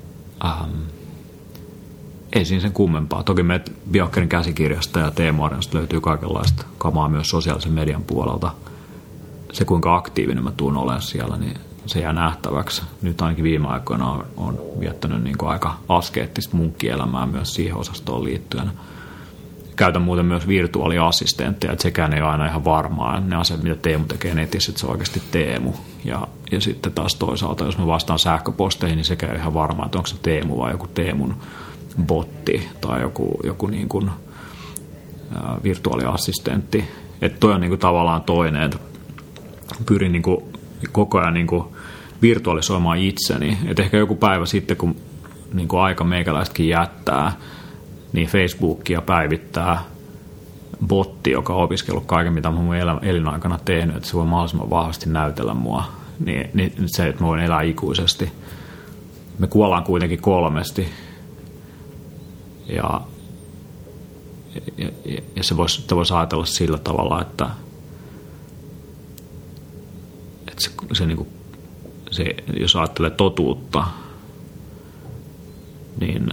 ei siinä sen kummempaa. Toki meidät biohakkerin käsikirjasta ja teemoarjasta löytyy kaikenlaista kamaa myös sosiaalisen median puolelta. Se kuinka aktiivinen mä tuun olemaan siellä, niin se jää nähtäväksi. Nyt ainakin viime aikoina on viettänyt niin kuin aika askeettista munkkielämää myös siihen osastoon liittyen. Käytän muuten myös virtuaaliassistentteja, että sekään ei ole aina ihan varmaa. Ne asiat, mitä Teemu tekee netissä, että se on oikeasti Teemu. Ja sitten taas toisaalta, jos mä vastaan sähköposteihin, niin sekään ei ole ihan varmaa, että onko se Teemu vai joku Teemun botti tai joku niin kuin, virtuaaliassistentti. Että toi on niin kuin tavallaan toinen, että pyrin niin kuin koko ajan niin kuin virtualisoimaan itseni. Et ehkä joku päivä sitten, kun niin kuin aika meikäläistäkin jättää, niin Facebookia päivittää botti, joka on opiskellut kaiken, mitä mä mun elinaikana tehnyt, että se voi mahdollisimman vahvasti näytellä mua. Niin se, että mä voin elää ikuisesti. Me kuollaan kuitenkin 3. Ja se voisi ajatella sillä tavalla, että se, jos ajattelee totuutta, niin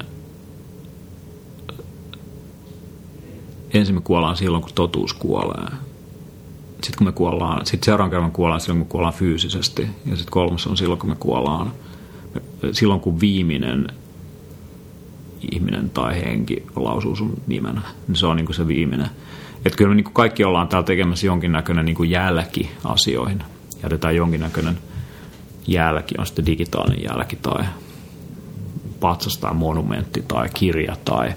ensin me kuollaan silloin, kun totuus kuolee. Sitten kun me kuollaan, sitten seuraavan kerran me kuollaan silloin, kun me kuollaan fyysisesti. Ja sitten 3. on silloin, kun me kuollaan. Silloin, kun viimeinen ihminen tai henki lausuu sun nimen, niin se on niin kuin se viimeinen. Että kyllä me niin kuin kaikki ollaan täällä tekemässä jonkinnäköinen niin kuin jälki asioihin. Jätetään jonkinnäköinen jälki, on sitten digitaalinen jälki tai patsas tai monumentti tai kirja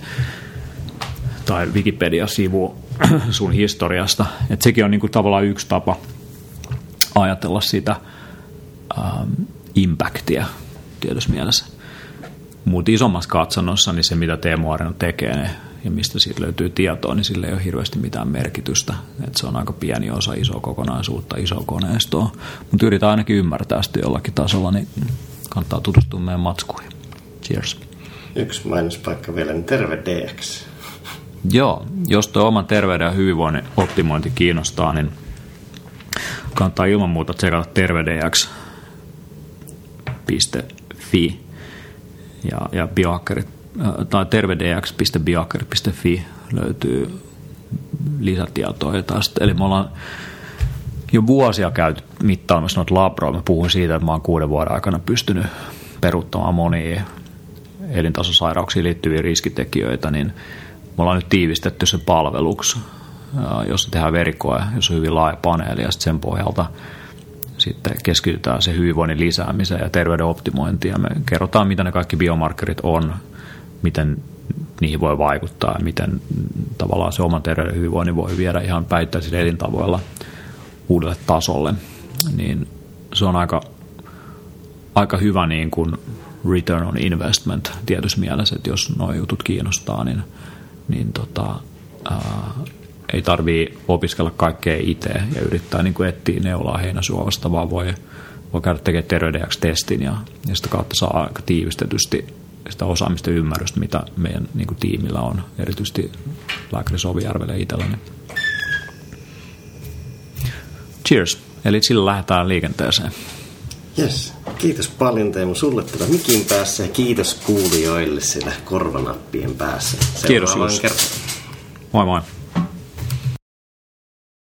tai Wikipedia-sivu sun historiasta. Et sekin on niinku tavallaan yksi tapa ajatella sitä impactia tietyssä mielessä. Mutta isommassa katsannossa niin se, mitä Teemu Arina tekee ja mistä siitä löytyy tietoa, niin sillä ei ole hirveästi mitään merkitystä. Et se on aika pieni osa isoa kokonaisuutta, isoa koneistoa. Mutta yritän ainakin ymmärtää sitä jollakin tasolla, niin kannattaa tutustua meidän matskuihin. Cheers. Yksi mainospaikka vielä, niin Terve DX. Joo, jos tuo oman terveyden ja hyvinvoinnin optimointi kiinnostaa, niin kannattaa ilman muuta tsekata tervedx.fi. ja biohackerit, tai tervedx.biohacker.fi löytyy lisätietoja tästä. Eli me ollaan jo vuosia käyty mittaamassa noita labroja. Mä puhuin siitä, että mä oon 6 vuoden aikana pystynyt peruuttamaan monia elintasosairauksiin liittyviä riskitekijöitä, niin me ollaan nyt tiivistetty se palveluksi, jossa tehdään verikoe, jossa on hyvin laaja paneeli, ja sen pohjalta sitten keskitytään se hyvinvoinnin lisäämiseen ja terveyden optimointiin, ja me kerrotaan, mitä ne kaikki biomarkkerit on, miten niihin voi vaikuttaa, ja miten tavallaan se oman terveyden hyvinvoinnin voi viedä ihan päittäisillä elintavoilla uudelle tasolle, niin se on aika hyvä niin kuin return on investment tietyssä mielessä, että jos nuo jutut kiinnostaa, niin ei tarvitse opiskella kaikkea itse ja yrittää niin kuin etsiä neulaa heinäsuovasta, vaan voi käydä tekemään terveydenjäks-testin ja sitä kautta saa aika tiivistetysti sitä osaamista ja ymmärrystä, mitä meidän niin kuin tiimillä on, erityisesti lääkäri Sovijärvelle itselläni. Cheers! Eli sillä lähdetään liikenteeseen. Yes. Kiitos paljon Teemu sulle tätä mikin päässä ja kiitos kuulijoille siellä korvanappien päässä. Kiitos. Moi moi.